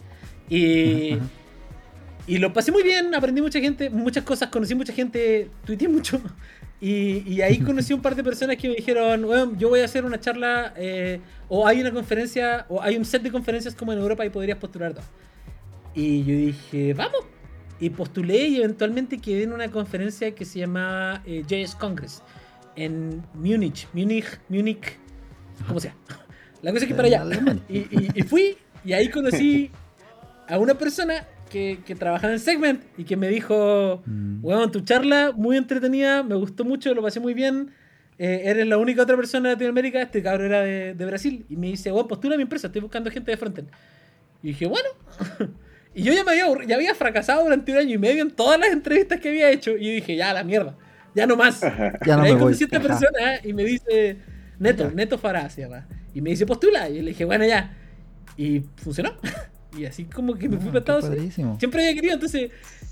Y lo pasé muy bien, aprendí muchas cosas, conocí mucha gente, tuiteé mucho. Y ahí conocí un par de personas que me dijeron, bueno, yo voy a hacer una charla, o hay una conferencia, o hay un set de conferencias como en Europa y podrías postular dos. Y yo dije, vamos. Y postulé y eventualmente quedé en una conferencia que se llamaba JS Congress, en Múnich, como sea. La cosa es que para allá. Y fui, y ahí conocí a una persona que trabajaba en Segment y que me dijo, bueno, tu charla muy entretenida, me gustó mucho, lo pasé muy bien, eres la única otra persona de Latinoamérica, este cabrón era de Brasil, y me dice, bueno, postula a mi empresa, estoy buscando gente de frontend. Y dije, bueno, y yo ya había fracasado durante 1 año y medio en todas las entrevistas que había hecho, y dije, ya, la mierda, ya no más. Ya no ahí me conocí voy. a esta persona y me dice, Neto Farah se llama, y me dice, postula, y yo le dije, bueno, ya, y funcionó. Y así como que me fui para Estados Unidos. Siempre había querido, entonces,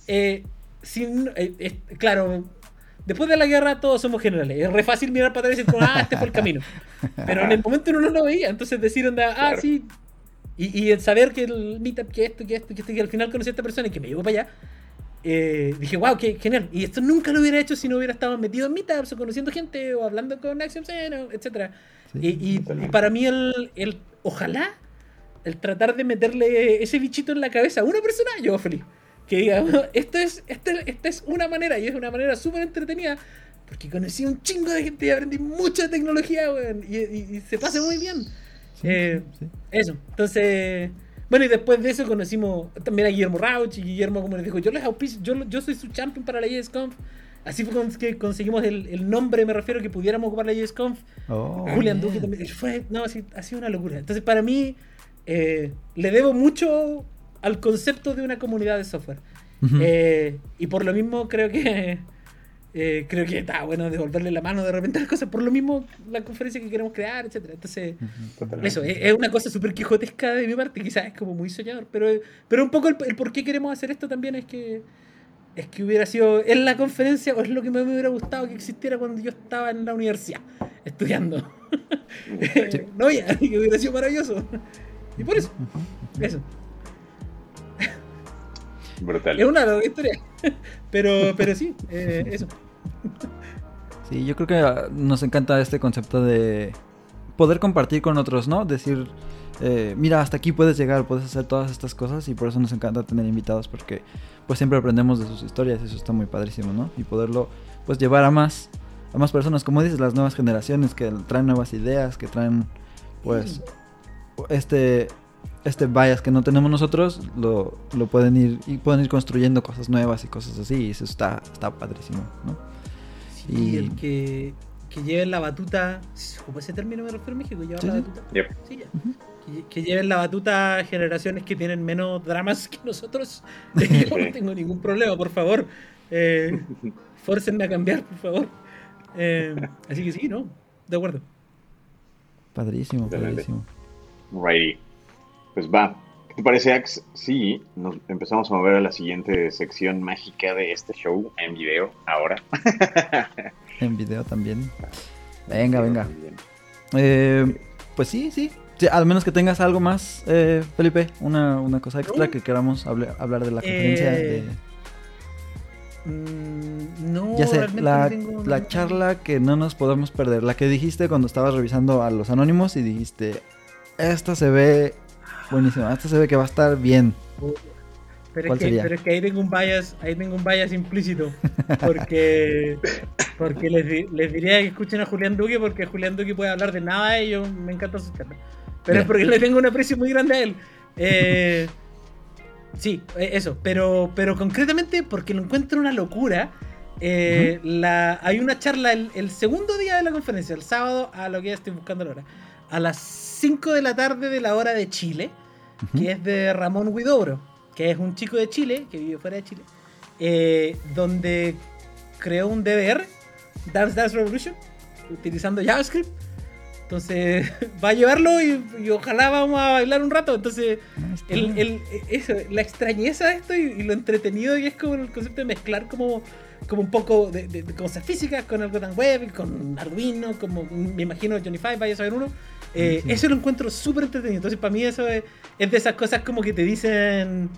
claro, después de la guerra todos somos generales. Es re fácil mirar para atrás y decir, este fue el camino. Pero en el momento uno no lo veía, entonces decir, claro. Sí. Y el saber que el meetup, que esto, que al final conocí a esta persona y que me llevó para allá, dije, wow, qué genial. Y esto nunca lo hubiera hecho si no hubiera estado metido en meetups o conociendo gente o hablando con Axiom Zero, etc. Sí, y para mí ojalá el tratar de meterle ese bichito en la cabeza a una persona, yo feliz. Que diga, esta es una manera, y es una manera súper entretenida, porque conocí un chingo de gente y aprendí mucha tecnología, weón, y se pasa muy bien. Sí. Eso, entonces, bueno, y después de eso conocimos también a Guillermo Rauch, y Guillermo, como les dijo, yo soy su champion para la JSConf. Así fue que conseguimos el nombre, me refiero, que pudiéramos ocupar la JSConf. Julián Duque también, ha sido una locura. Entonces, para mí, le debo mucho al concepto de una comunidad de software. Y por lo mismo creo que está bueno devolverle la mano de repente a las cosas, por lo mismo la conferencia que queremos crear, etcétera. Entonces, eso es una cosa súper quijotesca de mi parte, quizás es como muy soñador, pero un poco el por qué queremos hacer esto también es que hubiera sido en la conferencia, o es lo que me hubiera gustado que existiera cuando yo estaba en la universidad estudiando. No, ya, que hubiera sido maravilloso. Y por eso, Brutal. Es una larga historia. pero sí, eso. Sí, yo creo que nos encanta este concepto de poder compartir con otros, ¿no? Decir, mira, hasta aquí puedes llegar, puedes hacer todas estas cosas, y por eso nos encanta tener invitados, porque pues siempre aprendemos de sus historias, y eso está muy padrísimo, ¿no? Y poderlo pues llevar a más personas, como dices, las nuevas generaciones que traen nuevas ideas, que traen pues este bias que no tenemos nosotros, lo pueden ir construyendo cosas nuevas y cosas así, y eso está padrísimo, ¿no? Sí, y el que lleven la batuta, ¿se ocupa ese término, me refiero a México? ¿Llevar la batuta? Yep. Sí, ya. Que lleven la batuta a generaciones que tienen menos dramas que nosotros. Yo no tengo ningún problema, por favor. Fórcenme a cambiar, por favor. Así que sí, ¿no? De acuerdo. Padrísimo. Righty. Pues va. ¿Qué te parece, Ax? Sí, nos empezamos a mover a la siguiente sección mágica de este show en video ahora. En video también. Venga. Pues sí, al menos que tengas algo más, Felipe, una cosa extra que queramos hablar de la conferencia. No, ya sé, no la charla que no nos podemos perder, la que dijiste cuando estabas revisando a los anónimos y dijiste, esta se ve buenísima, esta se ve que va a estar bien. ¿Cuál sería? Pero es que ahí tengo un bias implícito. Porque les diría que escuchen a Julián Duque, porque Julián Duque puede hablar de nada y yo me encanta sus charlas. Pero es porque le tengo un aprecio muy grande a él. Sí, eso. Pero concretamente porque lo encuentro una locura. Hay una charla el segundo día de la conferencia, el sábado, a lo que ya estoy buscando la hora, a las 5 de la tarde de la hora de Chile, que es de Ramón Huidobro, que es un chico de Chile, que vive fuera de Chile, donde creó un DDR, Dance Dance Revolution, utilizando JavaScript. Entonces va a llevarlo y ojalá vamos a bailar un rato. Entonces la extrañeza de esto y lo entretenido que es como el concepto de mezclar como un poco de cosas físicas con algo tan web, con Arduino, como me imagino Johnny Five, vaya a saber uno. Eso lo encuentro súper entretenido. Entonces para mí eso es de esas cosas como que te dicen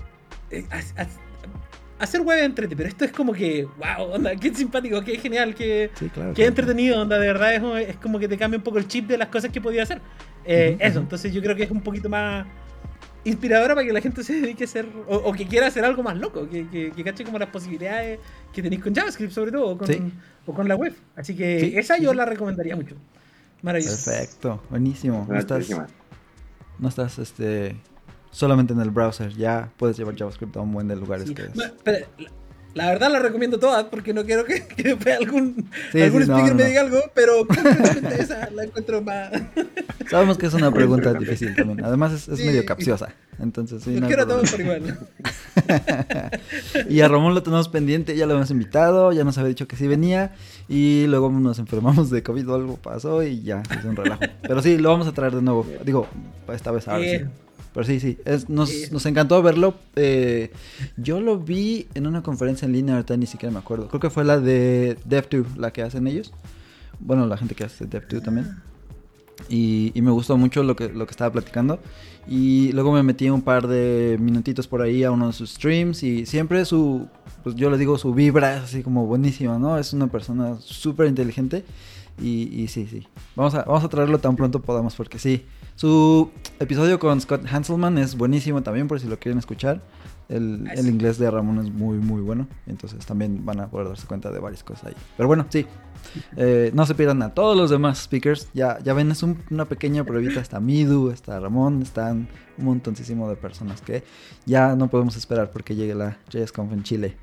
hacer web es entretenido, pero esto es como que wow, onda, qué simpático, qué genial, qué entretenido, onda, de verdad es como que te cambia un poco el chip de las cosas que podía hacer. Eso, entonces yo creo que es un poquito más inspiradora para que la gente se dedique a hacer o que quiera hacer algo más loco, que cache como las posibilidades que tenéis con JavaScript sobre todo o con la web. Así que esa yo la recomendaría mucho. Maravilloso. Perfecto, buenísimo. No estás solamente en el browser, ya puedes llevar JavaScript a un buen de lugares. Sí. Pero la verdad la recomiendo todas porque no quiero que después algún speaker me diga algo, pero concretamente esa la encuentro más. Sabemos que es una pregunta difícil también. Además es medio capciosa. Entonces, los quiero a todos por igual. Y a Ramón lo tenemos pendiente, ya lo hemos invitado, ya nos había dicho que sí venía. Y luego nos enfermamos de COVID o algo pasó y ya, es un relajo. Pero sí, lo vamos a traer de nuevo. Digo, esta vez ahora sí. Pero sí, nos encantó verlo. Yo lo vi en una conferencia en línea, ahorita ni siquiera me acuerdo. Creo que fue la de Dev2, la que hacen ellos. Bueno, la gente que hace Dev2 también. Y me gustó mucho lo que estaba platicando. Y luego me metí un par de minutitos por ahí a uno de sus streams. Y siempre pues yo le digo, su vibra es así como buenísima, ¿no? Es una persona súper inteligente. Y sí. Vamos a traerlo tan pronto podamos, porque sí. Su episodio con Scott Hanselman es buenísimo también, por si lo quieren escuchar. El inglés de Ramón es muy, muy bueno. Entonces también van a poder darse cuenta de varias cosas ahí. Pero bueno, sí. No se pierdan a todos los demás speakers. Ya ven, es una pequeña pruebita. Está Midu, está Ramón, están un montoncísimo de personas que ya no podemos esperar porque llegue la JSConf en Chile.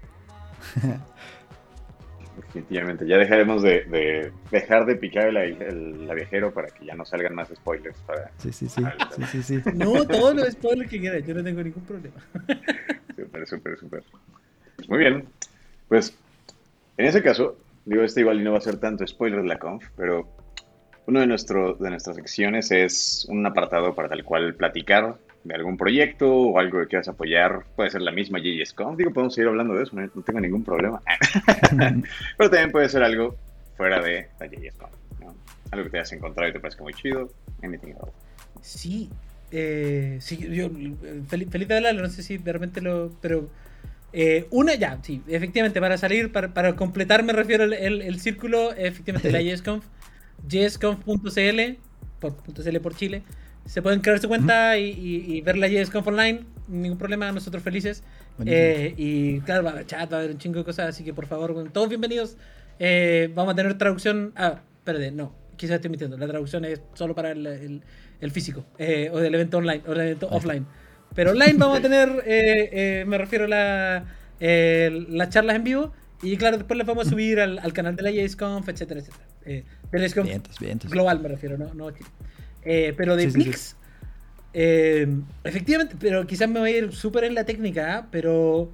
Definitivamente, ya dejaremos de dejar de picar el viajero para que ya no salgan más spoilers. Sí. No, todos los spoilers que quieras, yo no tengo ningún problema. Súper. Muy bien, pues en ese caso, digo, igual no va a ser tanto spoiler de la conf, pero uno de nuestras secciones es un apartado para tal cual platicar de algún proyecto o algo que quieras apoyar. Puede ser la misma JSConf, digo, podemos seguir hablando de eso, no tengo ningún problema. Pero también puede ser algo fuera de la JSConf, ¿no? Algo que te hayas encontrado y te parezca muy chido. Anything else. Sí, yo feliz de hablarlo, no sé si de repente pero sí, efectivamente, para salir, para completar, me refiero el círculo, efectivamente, la JSConf, jsconf.cl por Chile. Se pueden crear su cuenta y ver la JSConf online, ningún problema, nosotros felices. Y claro, va a haber chat, va a haber un chingo de cosas, así que por favor, todos bienvenidos. Vamos a tener traducción. Espérate, no, quizás estoy mintiendo. La traducción es solo para el físico, o del evento online, o del evento offline. Pero online vamos a tener, me refiero a las charlas en vivo. Y claro, después las vamos a subir al canal de la JSConf, etcétera. De la JSConf global, me refiero, no Chile. Pero de Pix, efectivamente, pero quizás me voy a ir súper en la técnica, pero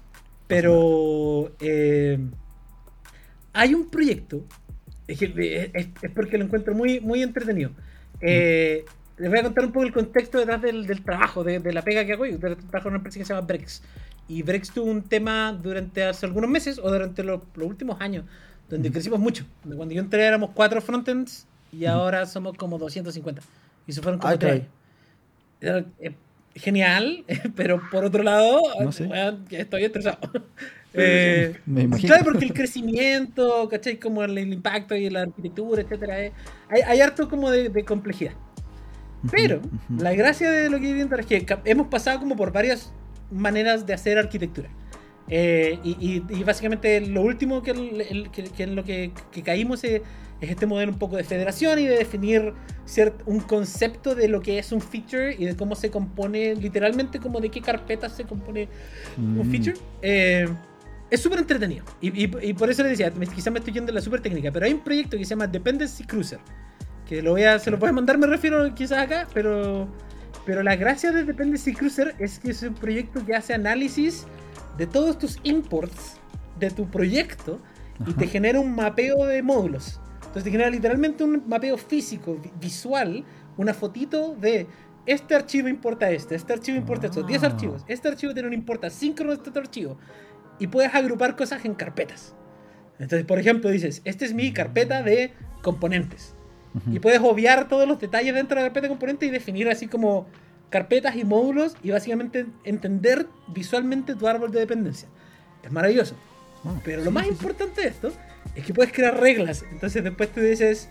hay un proyecto, es porque lo encuentro muy, muy entretenido. Les voy a contar un poco el contexto detrás del trabajo, de la pega que hago yo. Trabajo en una empresa que se llama Brex. Y Brex tuvo un tema durante hace algunos meses, o durante los últimos años, donde crecimos mucho. Cuando yo entré éramos 4 frontends, y ahora somos como 250. Y se fueron como 3. Genial, pero por otro lado, no sé. Estoy estresado. Me imagino. Claro, porque el crecimiento, ¿cachai? Como el impacto y la arquitectura, etcétera. Hay harto como de complejidad. Pero la gracia de lo que viviendo es que hemos pasado como por varios maneras de hacer arquitectura. Y básicamente lo último que en lo que caímos es este modelo un poco de federación y de definir un concepto de lo que es un feature y de cómo se compone, literalmente como de qué carpetas se compone un feature. Es súper entretenido y por eso le decía, quizás me estoy yendo en la súper técnica, pero hay un proyecto que se llama Dependency Cruiser, que se lo voy a mandar, me refiero quizás acá, pero la gracia de Dependency Cruiser es que es un proyecto que hace análisis de todos tus imports de tu proyecto y te genera un mapeo de módulos. Entonces te genera literalmente un mapeo físico, visual, una fotito de este archivo importa este archivo importa estos 10 archivos, este archivo tiene un importa síncrono de este otro archivo, y puedes agrupar cosas en carpetas. Entonces, por ejemplo, dices, esta es mi carpeta de componentes, y puedes obviar todos los detalles dentro de la carpeta de componentes y definir así como carpetas y módulos y básicamente entender visualmente tu árbol de dependencia. Es maravilloso. Pero lo más importante de esto es que puedes crear reglas. Entonces después tú dices,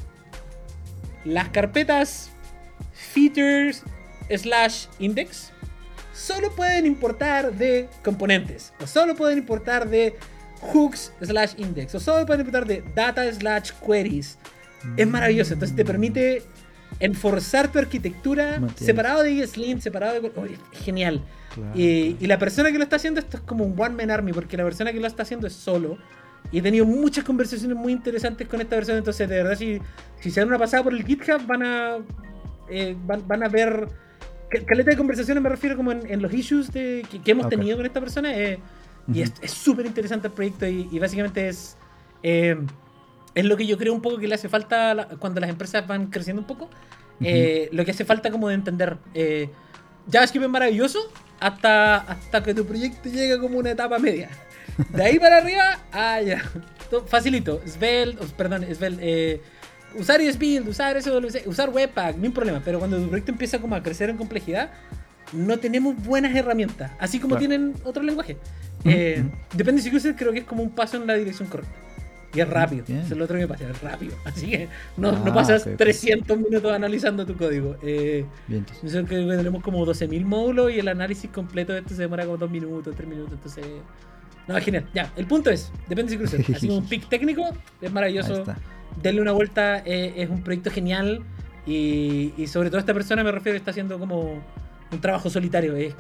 las carpetas features /index solo pueden importar de componentes, o solo pueden importar de hooks /index, o solo pueden importar de data /queries. Es maravilloso. Entonces te permite enforzar tu arquitectura separado de ESLint, separado de... genial. Claro. Y la persona que lo está haciendo, esto es como un one man army, porque la persona que lo está haciendo es solo. Y he tenido muchas conversaciones muy interesantes con esta persona. Entonces, de verdad, si se dan una pasada por el GitHub, van a ver caleta de conversaciones, me refiero como en los issues que hemos tenido con esta persona. Y es súper interesante el proyecto y básicamente es lo que yo creo un poco que le hace falta cuando las empresas van creciendo un poco. Lo que hace falta como de entender. JavaScript es maravilloso hasta que tu proyecto llega como una etapa media. De ahí para arriba, ya. Facilito. Svelte, usar ESBuild, usar SWC, usar Webpack, no hay problema. Pero cuando tu proyecto empieza como a crecer en complejidad, no tenemos buenas herramientas. Así como tienen otros lenguajes. Dependency Cruiser creo que es como un paso en la dirección correcta. Y es rápido. Eso es lo otro que me pasa, es rápido. Así que no pasas 300 minutos analizando tu código. Nosotros que tenemos como 12.000 módulos y el análisis completo de esto se demora como 2 minutos, 3 minutos. Entonces, no, es genial. Ya, el punto es, Dependency Cruiser. Así como un pick técnico, es maravilloso. Denle una vuelta, es un proyecto genial. Y sobre todo esta persona, me refiero, está haciendo como un trabajo solitario. Es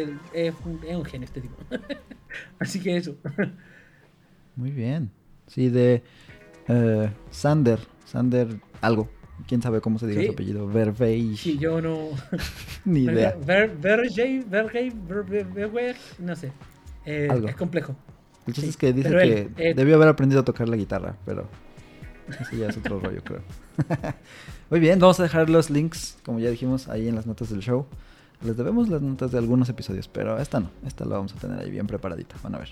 un genio este tipo. Así que eso. Muy bien. Sí, de Sander algo. ¿Quién sabe cómo se diga su apellido? Vervey. Sí, yo no... Ni idea. Vergey, no sé. Es complejo. El chiste es que dice que debió haber aprendido a tocar la guitarra, pero eso ya es otro rollo, creo. Muy bien, vamos a dejar los links, como ya dijimos, ahí en las notas del show. Les debemos las notas de algunos episodios, pero esta no. Esta la vamos a tener ahí bien preparadita. Van a ver.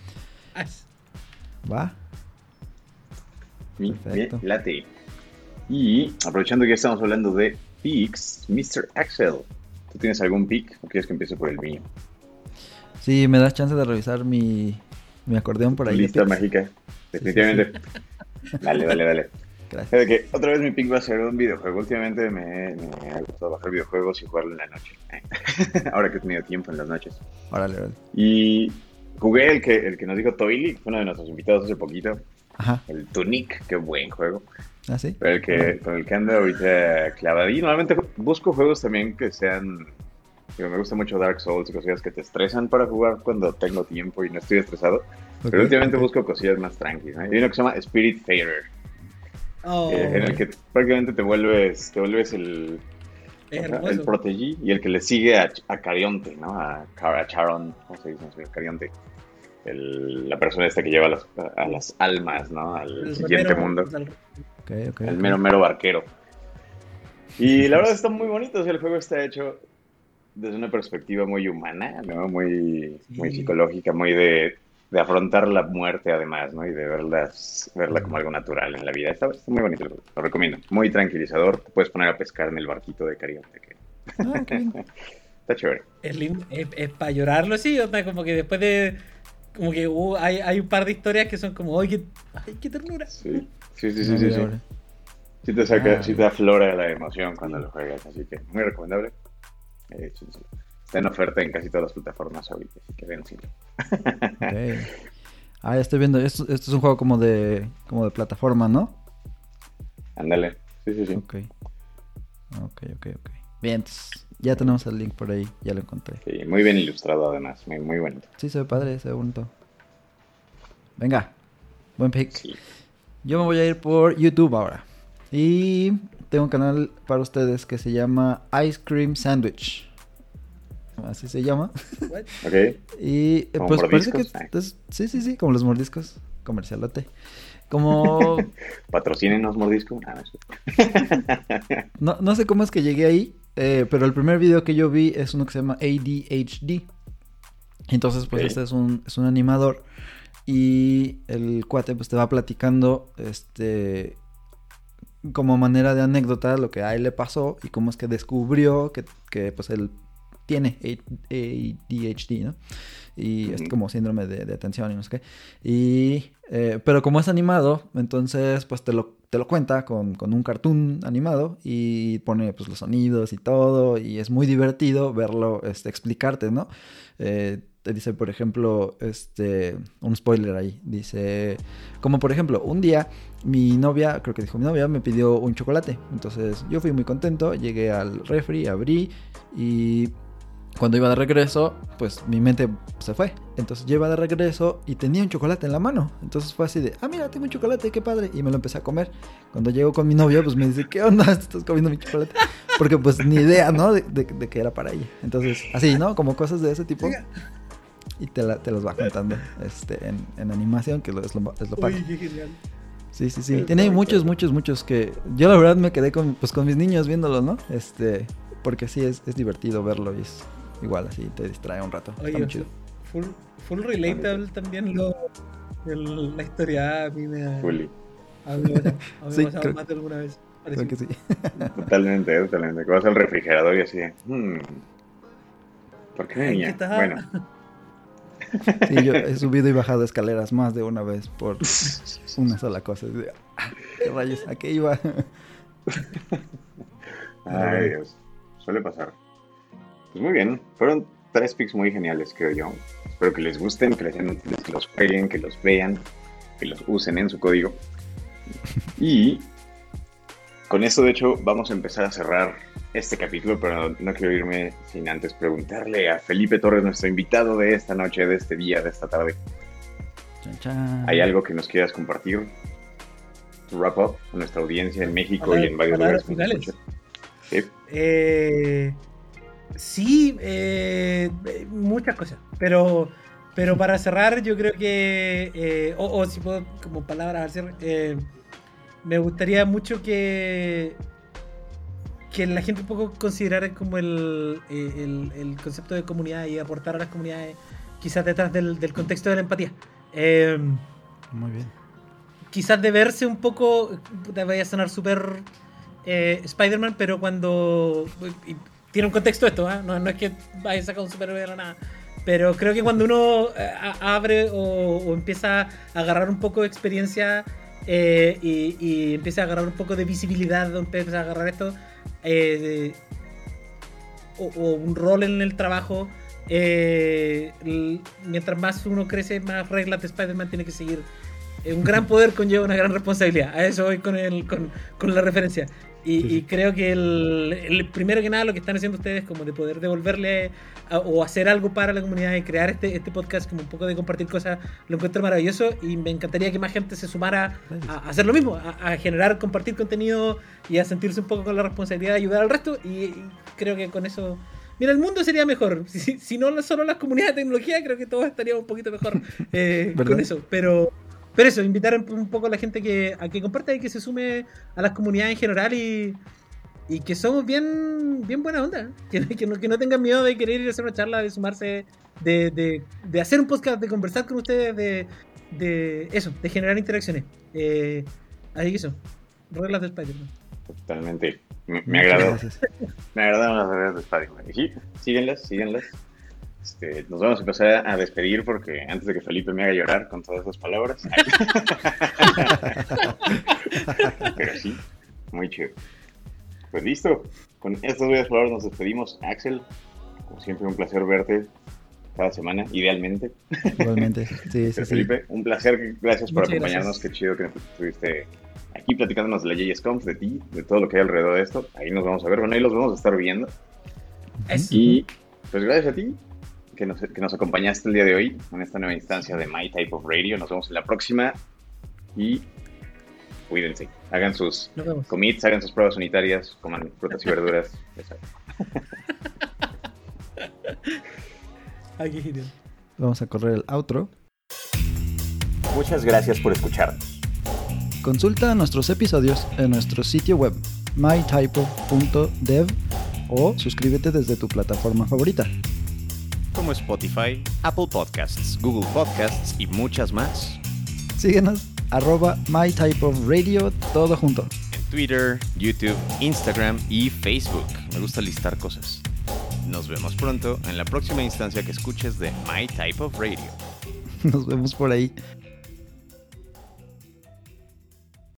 ¿Va? Perfecto. Me late. Y aprovechando que ya estamos hablando de picks, Mr. Axel, ¿tú tienes algún pick o quieres que empiece por el mío? Sí, me das chance de revisar mi acordeón por ahí. Lista mágica, definitivamente. Sí. Dale. Gracias. Que otra vez mi pick va a ser un videojuego. Últimamente me ha gustado bajar videojuegos y jugarlo en la noche. Ahora que he tenido tiempo en las noches. Órale. Y jugué el que nos dijo Toily, fue uno de nuestros invitados hace poquito. Ajá. El Tunic, qué buen juego. ¿Ah, sí? Pero con el que ando ahorita clavadillo. Normalmente busco juegos también que sean... me gusta mucho Dark Souls y cosillas que te estresan para jugar cuando tengo tiempo y no estoy estresado. Pero últimamente busco cosillas más tranquilas, ¿no? Hay uno que se llama Spiritfarer. En el que prácticamente te vuelves el protegí y el que le sigue a Carionte, ¿no? A Charon, ¿cómo se dice? Carionte. La persona esta que lleva a las almas, ¿no? Al siguiente mundo. Okay. El mero barquero. Y la verdad está muy bonito. O sea, el juego está hecho desde una perspectiva muy humana, ¿no? Muy psicológica, muy de afrontar la muerte además, ¿no? Y de verla como algo natural en la vida. Está muy bonito, lo recomiendo. Muy tranquilizador. Te puedes poner a pescar en el barquito de Carionte. Está chévere. Es lindo, es para llorarlo, sí. O sea, como que después de... Como que hay un par de historias que son como, ¡ay, qué ternura! Sí. Sí te saca, sí te aflora la emoción cuando lo juegas, así que muy recomendable. Está en oferta en casi todas las plataformas ahorita, así que vénselo. Okay. Ya estoy viendo. Esto es un juego como de plataforma, ¿no? Ándale. Sí. Ok. Bien, entonces, ya tenemos el link por ahí. Ya lo encontré. Sí, muy bien ilustrado además. Muy bonito. Sí, se ve padre, se ve bonito. Venga. Buen pick. Sí. Yo me voy a ir por YouTube ahora. Y tengo un canal para ustedes que se llama Ice Cream Sandwich. Así se llama. Ok. Y pues parece que sí, como los mordiscos. Comercialote. Como... Patrocínenos, mordisco. No sé cómo es que llegué ahí, pero el primer video que yo vi es uno que se llama ADHD. Entonces pues este es un animador. Y el cuate pues te va platicando como manera de anécdota lo que a él le pasó y cómo es que descubrió que pues él tiene ADHD, ¿no? Y es como síndrome de atención y no sé qué. Y pero como es animado, entonces pues te lo cuenta con un cartoon animado y pone pues los sonidos y todo y es muy divertido verlo explicarte, ¿no? Te dice, por ejemplo, un spoiler ahí. Dice, como por ejemplo, un día mi novia me pidió un chocolate. Entonces yo fui muy contento, llegué al refri, abrí y cuando iba de regreso, pues mi mente se fue. Entonces yo iba de regreso y tenía un chocolate en la mano. Entonces fue así de, mira, tengo un chocolate, qué padre. Y me lo empecé a comer. Cuando llego con mi novia, pues me dice, ¿qué onda? ¿Estás comiendo mi chocolate? Porque pues ni idea, ¿no? De que era para ella. Entonces, así, ¿no? Como cosas de ese tipo. Y te los va contando en animación, que es lo padre. Uy, qué genial. Sí. Tiene muchos que... Yo la verdad me quedé con mis niños viéndolo, ¿no? Porque sí, es divertido verlo y es igual así, te distrae un rato. Oye, está muy chido. Full relatable también la historia. A mí me ha Sí, pasado más de alguna vez. Creo que sí. Totalmente. Que vas al refrigerador y así de, ¿por qué niña? Bueno. Sí, yo he subido y bajado escaleras más de una vez por una sola cosa. ¿Qué rayos? ¿A qué iba? Ay, Dios. Suele pasar. Pues muy bien. Fueron 3 picks muy geniales, creo yo. Espero que les gusten, que los jueguen, que los vean, que los usen en su código. Y con esto, de hecho, vamos a empezar a cerrar este capítulo, pero no quiero irme sin antes preguntarle a Felipe Torres, nuestro invitado de esta noche, de este día, de esta tarde. Chan, chan. ¿Hay algo que nos quieras compartir? To wrap up a nuestra audiencia en México y en varios lugares. Finales. Sí. Sí, muchas cosas, pero para cerrar yo creo que, o si puedo como palabras al cierre, me gustaría mucho que la gente un poco considerara como el concepto de comunidad y aportar a las comunidades quizás detrás del contexto de la empatía. Muy bien. Quizás de verse un poco, te vaya a sonar súper Spider-Man, pero cuando... tiene un contexto esto, ¿eh? No es que vaya a sacar un superhéroe o nada. Pero creo que cuando uno abre o empieza a agarrar un poco de experiencia y empieza a agarrar un poco de visibilidad, empieza a agarrar esto, o un rol en el trabajo, mientras más uno crece, más reglas de Spider-Man tiene que seguir. Un gran poder conlleva una gran responsabilidad. A eso voy con la referencia. Y creo que el primero que nada lo que están haciendo ustedes como de poder devolverle o hacer algo para la comunidad y crear este podcast como un poco de compartir cosas, lo encuentro maravilloso y me encantaría que más gente se sumara a hacer lo mismo, a generar, compartir contenido y a sentirse un poco con la responsabilidad de ayudar al resto y creo que con eso... Mira, el mundo sería mejor. Si no solo las comunidades de tecnología, creo que todos estaríamos un poquito mejor con eso. Pero eso, invitar un poco a la gente a que comparta y que se sume a las comunidades en general y que somos bien buena onda. Que no tengan miedo de querer ir a hacer una charla, de sumarse, de hacer un podcast, de conversar con ustedes, de eso, de generar interacciones. Así que eso, reglas de Spider-Man. Totalmente. Me agradó. Me agradaron las reglas de Spider-Man. Y sí, síguenlas. Nos vamos a empezar a despedir porque antes de que Felipe me haga llorar con todas esas palabras. Pero sí, muy chido. Pues listo. Con estas bellas palabras nos despedimos. Axel, como siempre, un placer verte cada semana, idealmente. Igualmente, sí. Felipe, un placer, gracias por acompañarnos, gracias. qué chido que estuviste aquí platicándonos de la JSConf, de ti, de todo lo que hay alrededor de esto. Ahí nos vamos a ver, bueno, ahí los vamos a estar viendo. Y pues gracias a ti que nos acompañaste el día de hoy en esta nueva instancia de My Type of Radio. Nos vemos en la próxima y cuídense. Hagan sus commits, hagan sus pruebas unitarias, coman frutas y verduras. Aquí, genial. Vamos a correr el outro. Muchas gracias por escucharnos. Consulta nuestros episodios en nuestro sitio web mytypo.dev o suscríbete desde tu plataforma favorita. Como Spotify, Apple Podcasts, Google Podcasts y muchas más. Síguenos, @mytypeofradio, todo junto. En Twitter, YouTube, Instagram y Facebook. Me gusta listar cosas. Nos vemos pronto en la próxima instancia que escuches de My Type of Radio. Nos vemos por ahí.